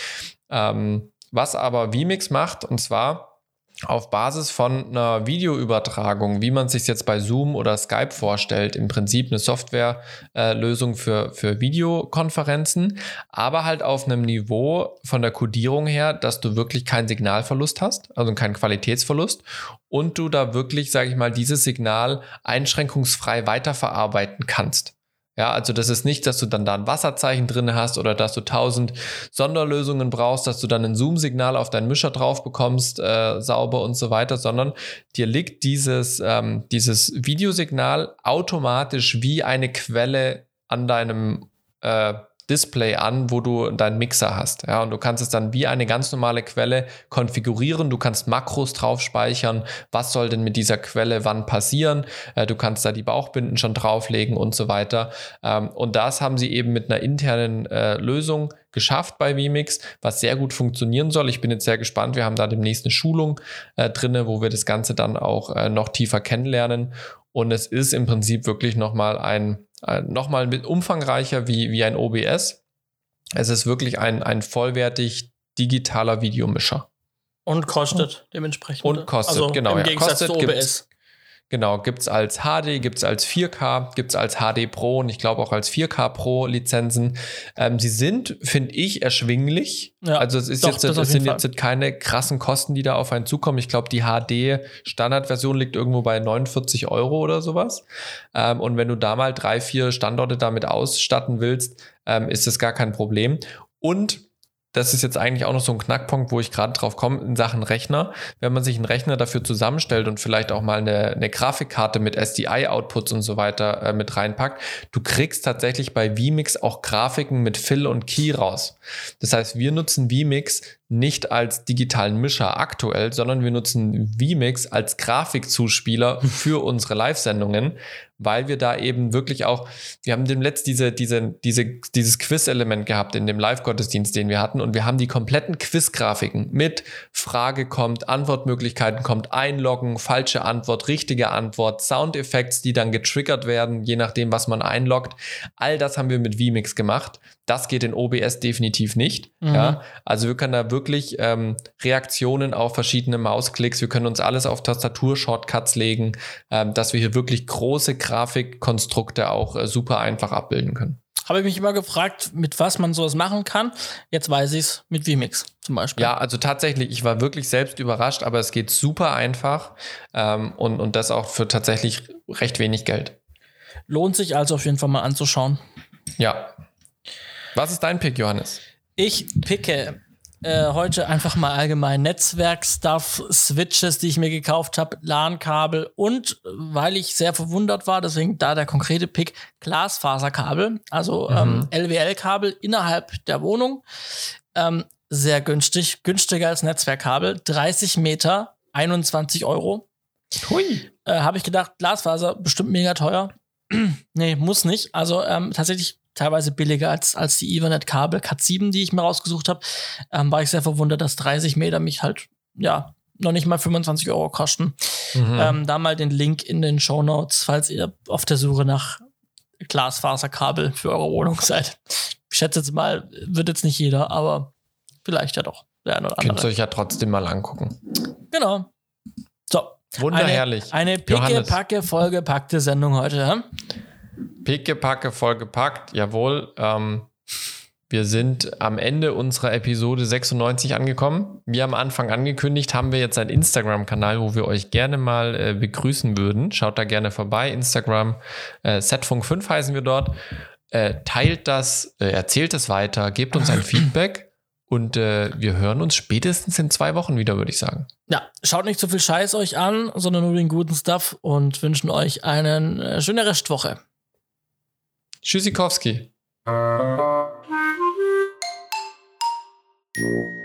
Ähm, was aber vMix macht, und zwar auf Basis von einer Videoübertragung, wie man es sich jetzt bei Zoom oder Skype vorstellt, im Prinzip eine Softwarelösung äh, für, für Videokonferenzen, aber halt auf einem Niveau von der Codierung her, dass du wirklich keinen Signalverlust hast, also keinen Qualitätsverlust, und du da wirklich, sage ich mal, dieses Signal einschränkungsfrei weiterverarbeiten kannst. Ja, also das ist nicht, dass du dann da ein Wasserzeichen drin hast oder dass du tausend Sonderlösungen brauchst, dass du dann ein Zoom-Signal auf deinen Mischer drauf bekommst, äh, sauber und so weiter, sondern dir liegt dieses, ähm, dieses Videosignal automatisch wie eine Quelle an deinem äh, Display an, wo du deinen Mixer hast. Ja, und du kannst es dann wie eine ganz normale Quelle konfigurieren. Du kannst Makros drauf speichern. Was soll denn mit dieser Quelle wann passieren? Äh, du kannst da die Bauchbinden schon drauflegen und so weiter. Ähm, und das haben sie eben mit einer internen äh, Lösung geschafft bei vMix, was sehr gut funktionieren soll. Ich bin jetzt sehr gespannt. Wir haben da demnächst eine Schulung äh, drin, wo wir das Ganze dann auch äh, noch tiefer kennenlernen. Und es ist im Prinzip wirklich nochmal ein nochmal mit umfangreicher wie, wie ein O B S. Es ist wirklich ein, ein vollwertig digitaler Videomischer. Und kostet dementsprechend. Und kostet, also genau. Im ja. Gegensatz kostet, zu O B S. Genau, gibt es als H D, gibt es als vier K, gibt es als H D Pro und ich glaube auch als vier K Pro Lizenzen. Ähm, sie sind, finde ich, erschwinglich. Ja, also es ist doch, jetzt, es sind jetzt keine krassen Kosten, die da auf einen zukommen. Ich glaube, die H D Standardversion liegt irgendwo bei neunundvierzig Euro oder sowas. Ähm, und wenn du da mal drei, vier Standorte damit ausstatten willst, ähm, ist das gar kein Problem. Und das ist jetzt eigentlich auch noch so ein Knackpunkt, wo ich gerade drauf komme in Sachen Rechner. Wenn man sich einen Rechner dafür zusammenstellt und vielleicht auch mal eine, eine Grafikkarte mit S D I-Outputs und so weiter äh, mit reinpackt, du kriegst tatsächlich bei vMix auch Grafiken mit Fill und Key raus. Das heißt, wir nutzen vMix nicht als digitalen Mischer aktuell, sondern wir nutzen vMix als Grafikzuspieler für unsere Live-Sendungen, weil wir da eben wirklich auch, wir haben dem letzt diese, diese, diese, dieses Quiz-Element gehabt in dem Live-Gottesdienst, den wir hatten, und wir haben die kompletten Quiz-Grafiken mit Frage kommt, Antwortmöglichkeiten kommt, einloggen, falsche Antwort, richtige Antwort, Soundeffekte, die dann getriggert werden, je nachdem, was man einloggt. All das haben wir mit vMix gemacht. Das geht in O B S definitiv nicht. Mhm. Ja, also wir können da wirklich ähm, Reaktionen auf verschiedene Mausklicks, wir können uns alles auf Tastatur-Shortcuts legen, ähm, dass wir hier wirklich große Grafikkonstrukte auch äh, super einfach abbilden können. Habe ich mich immer gefragt, mit was man sowas machen kann. Jetzt weiß ich es, mit vMix zum Beispiel. Ja, also tatsächlich, ich war wirklich selbst überrascht, aber es geht super einfach ähm, und, und das auch für tatsächlich recht wenig Geld. Lohnt sich also auf jeden Fall mal anzuschauen. Ja. Was ist dein Pick, Johannes? Ich picke äh, heute einfach mal allgemein Netzwerk-Stuff, Switches, die ich mir gekauft habe, LAN-Kabel und, weil ich sehr verwundert war, deswegen da der konkrete Pick, Glasfaserkabel, also mhm. ähm, L W L-Kabel innerhalb der Wohnung. Ähm, sehr günstig, günstiger als Netzwerkkabel, dreißig Meter, einundzwanzig Euro. Hui. Äh, habe ich gedacht, Glasfaser, bestimmt mega teuer. Nee, muss nicht. Also ähm, tatsächlich teilweise billiger als, als die Ethernet-Kabel Cat sieben, die ich mir rausgesucht habe. Ähm, war ich sehr verwundert, dass dreißig Meter mich halt, ja, noch nicht mal fünfundzwanzig Euro kosten. Mhm. Ähm, da mal den Link in den Shownotes, falls ihr auf der Suche nach Glasfaserkabel für eure Wohnung seid. Ich schätze jetzt mal, wird jetzt nicht jeder, aber vielleicht ja doch. Der eine oder andere. Könnt ihr euch ja trotzdem mal angucken. Genau. So. Wunderherrlich. Eine, eine picke-packe vollgepackte Sendung heute. Hm? Picke-packe vollgepackt, jawohl. Ähm, wir sind am Ende unserer Episode sechsundneunzig angekommen. Wie am Anfang angekündigt, haben wir jetzt einen Instagram-Kanal, wo wir euch gerne mal äh, begrüßen würden. Schaut da gerne vorbei. Instagram, äh, Setfunk fünf heißen wir dort. Äh, teilt das, äh, erzählt es weiter, gebt uns ein Feedback. Und äh, wir hören uns spätestens in zwei Wochen wieder, würde ich sagen. Ja, schaut nicht so viel Scheiß euch an, sondern nur den guten Stuff und wünschen euch eine äh, schöne Restwoche. Tschüssikowski.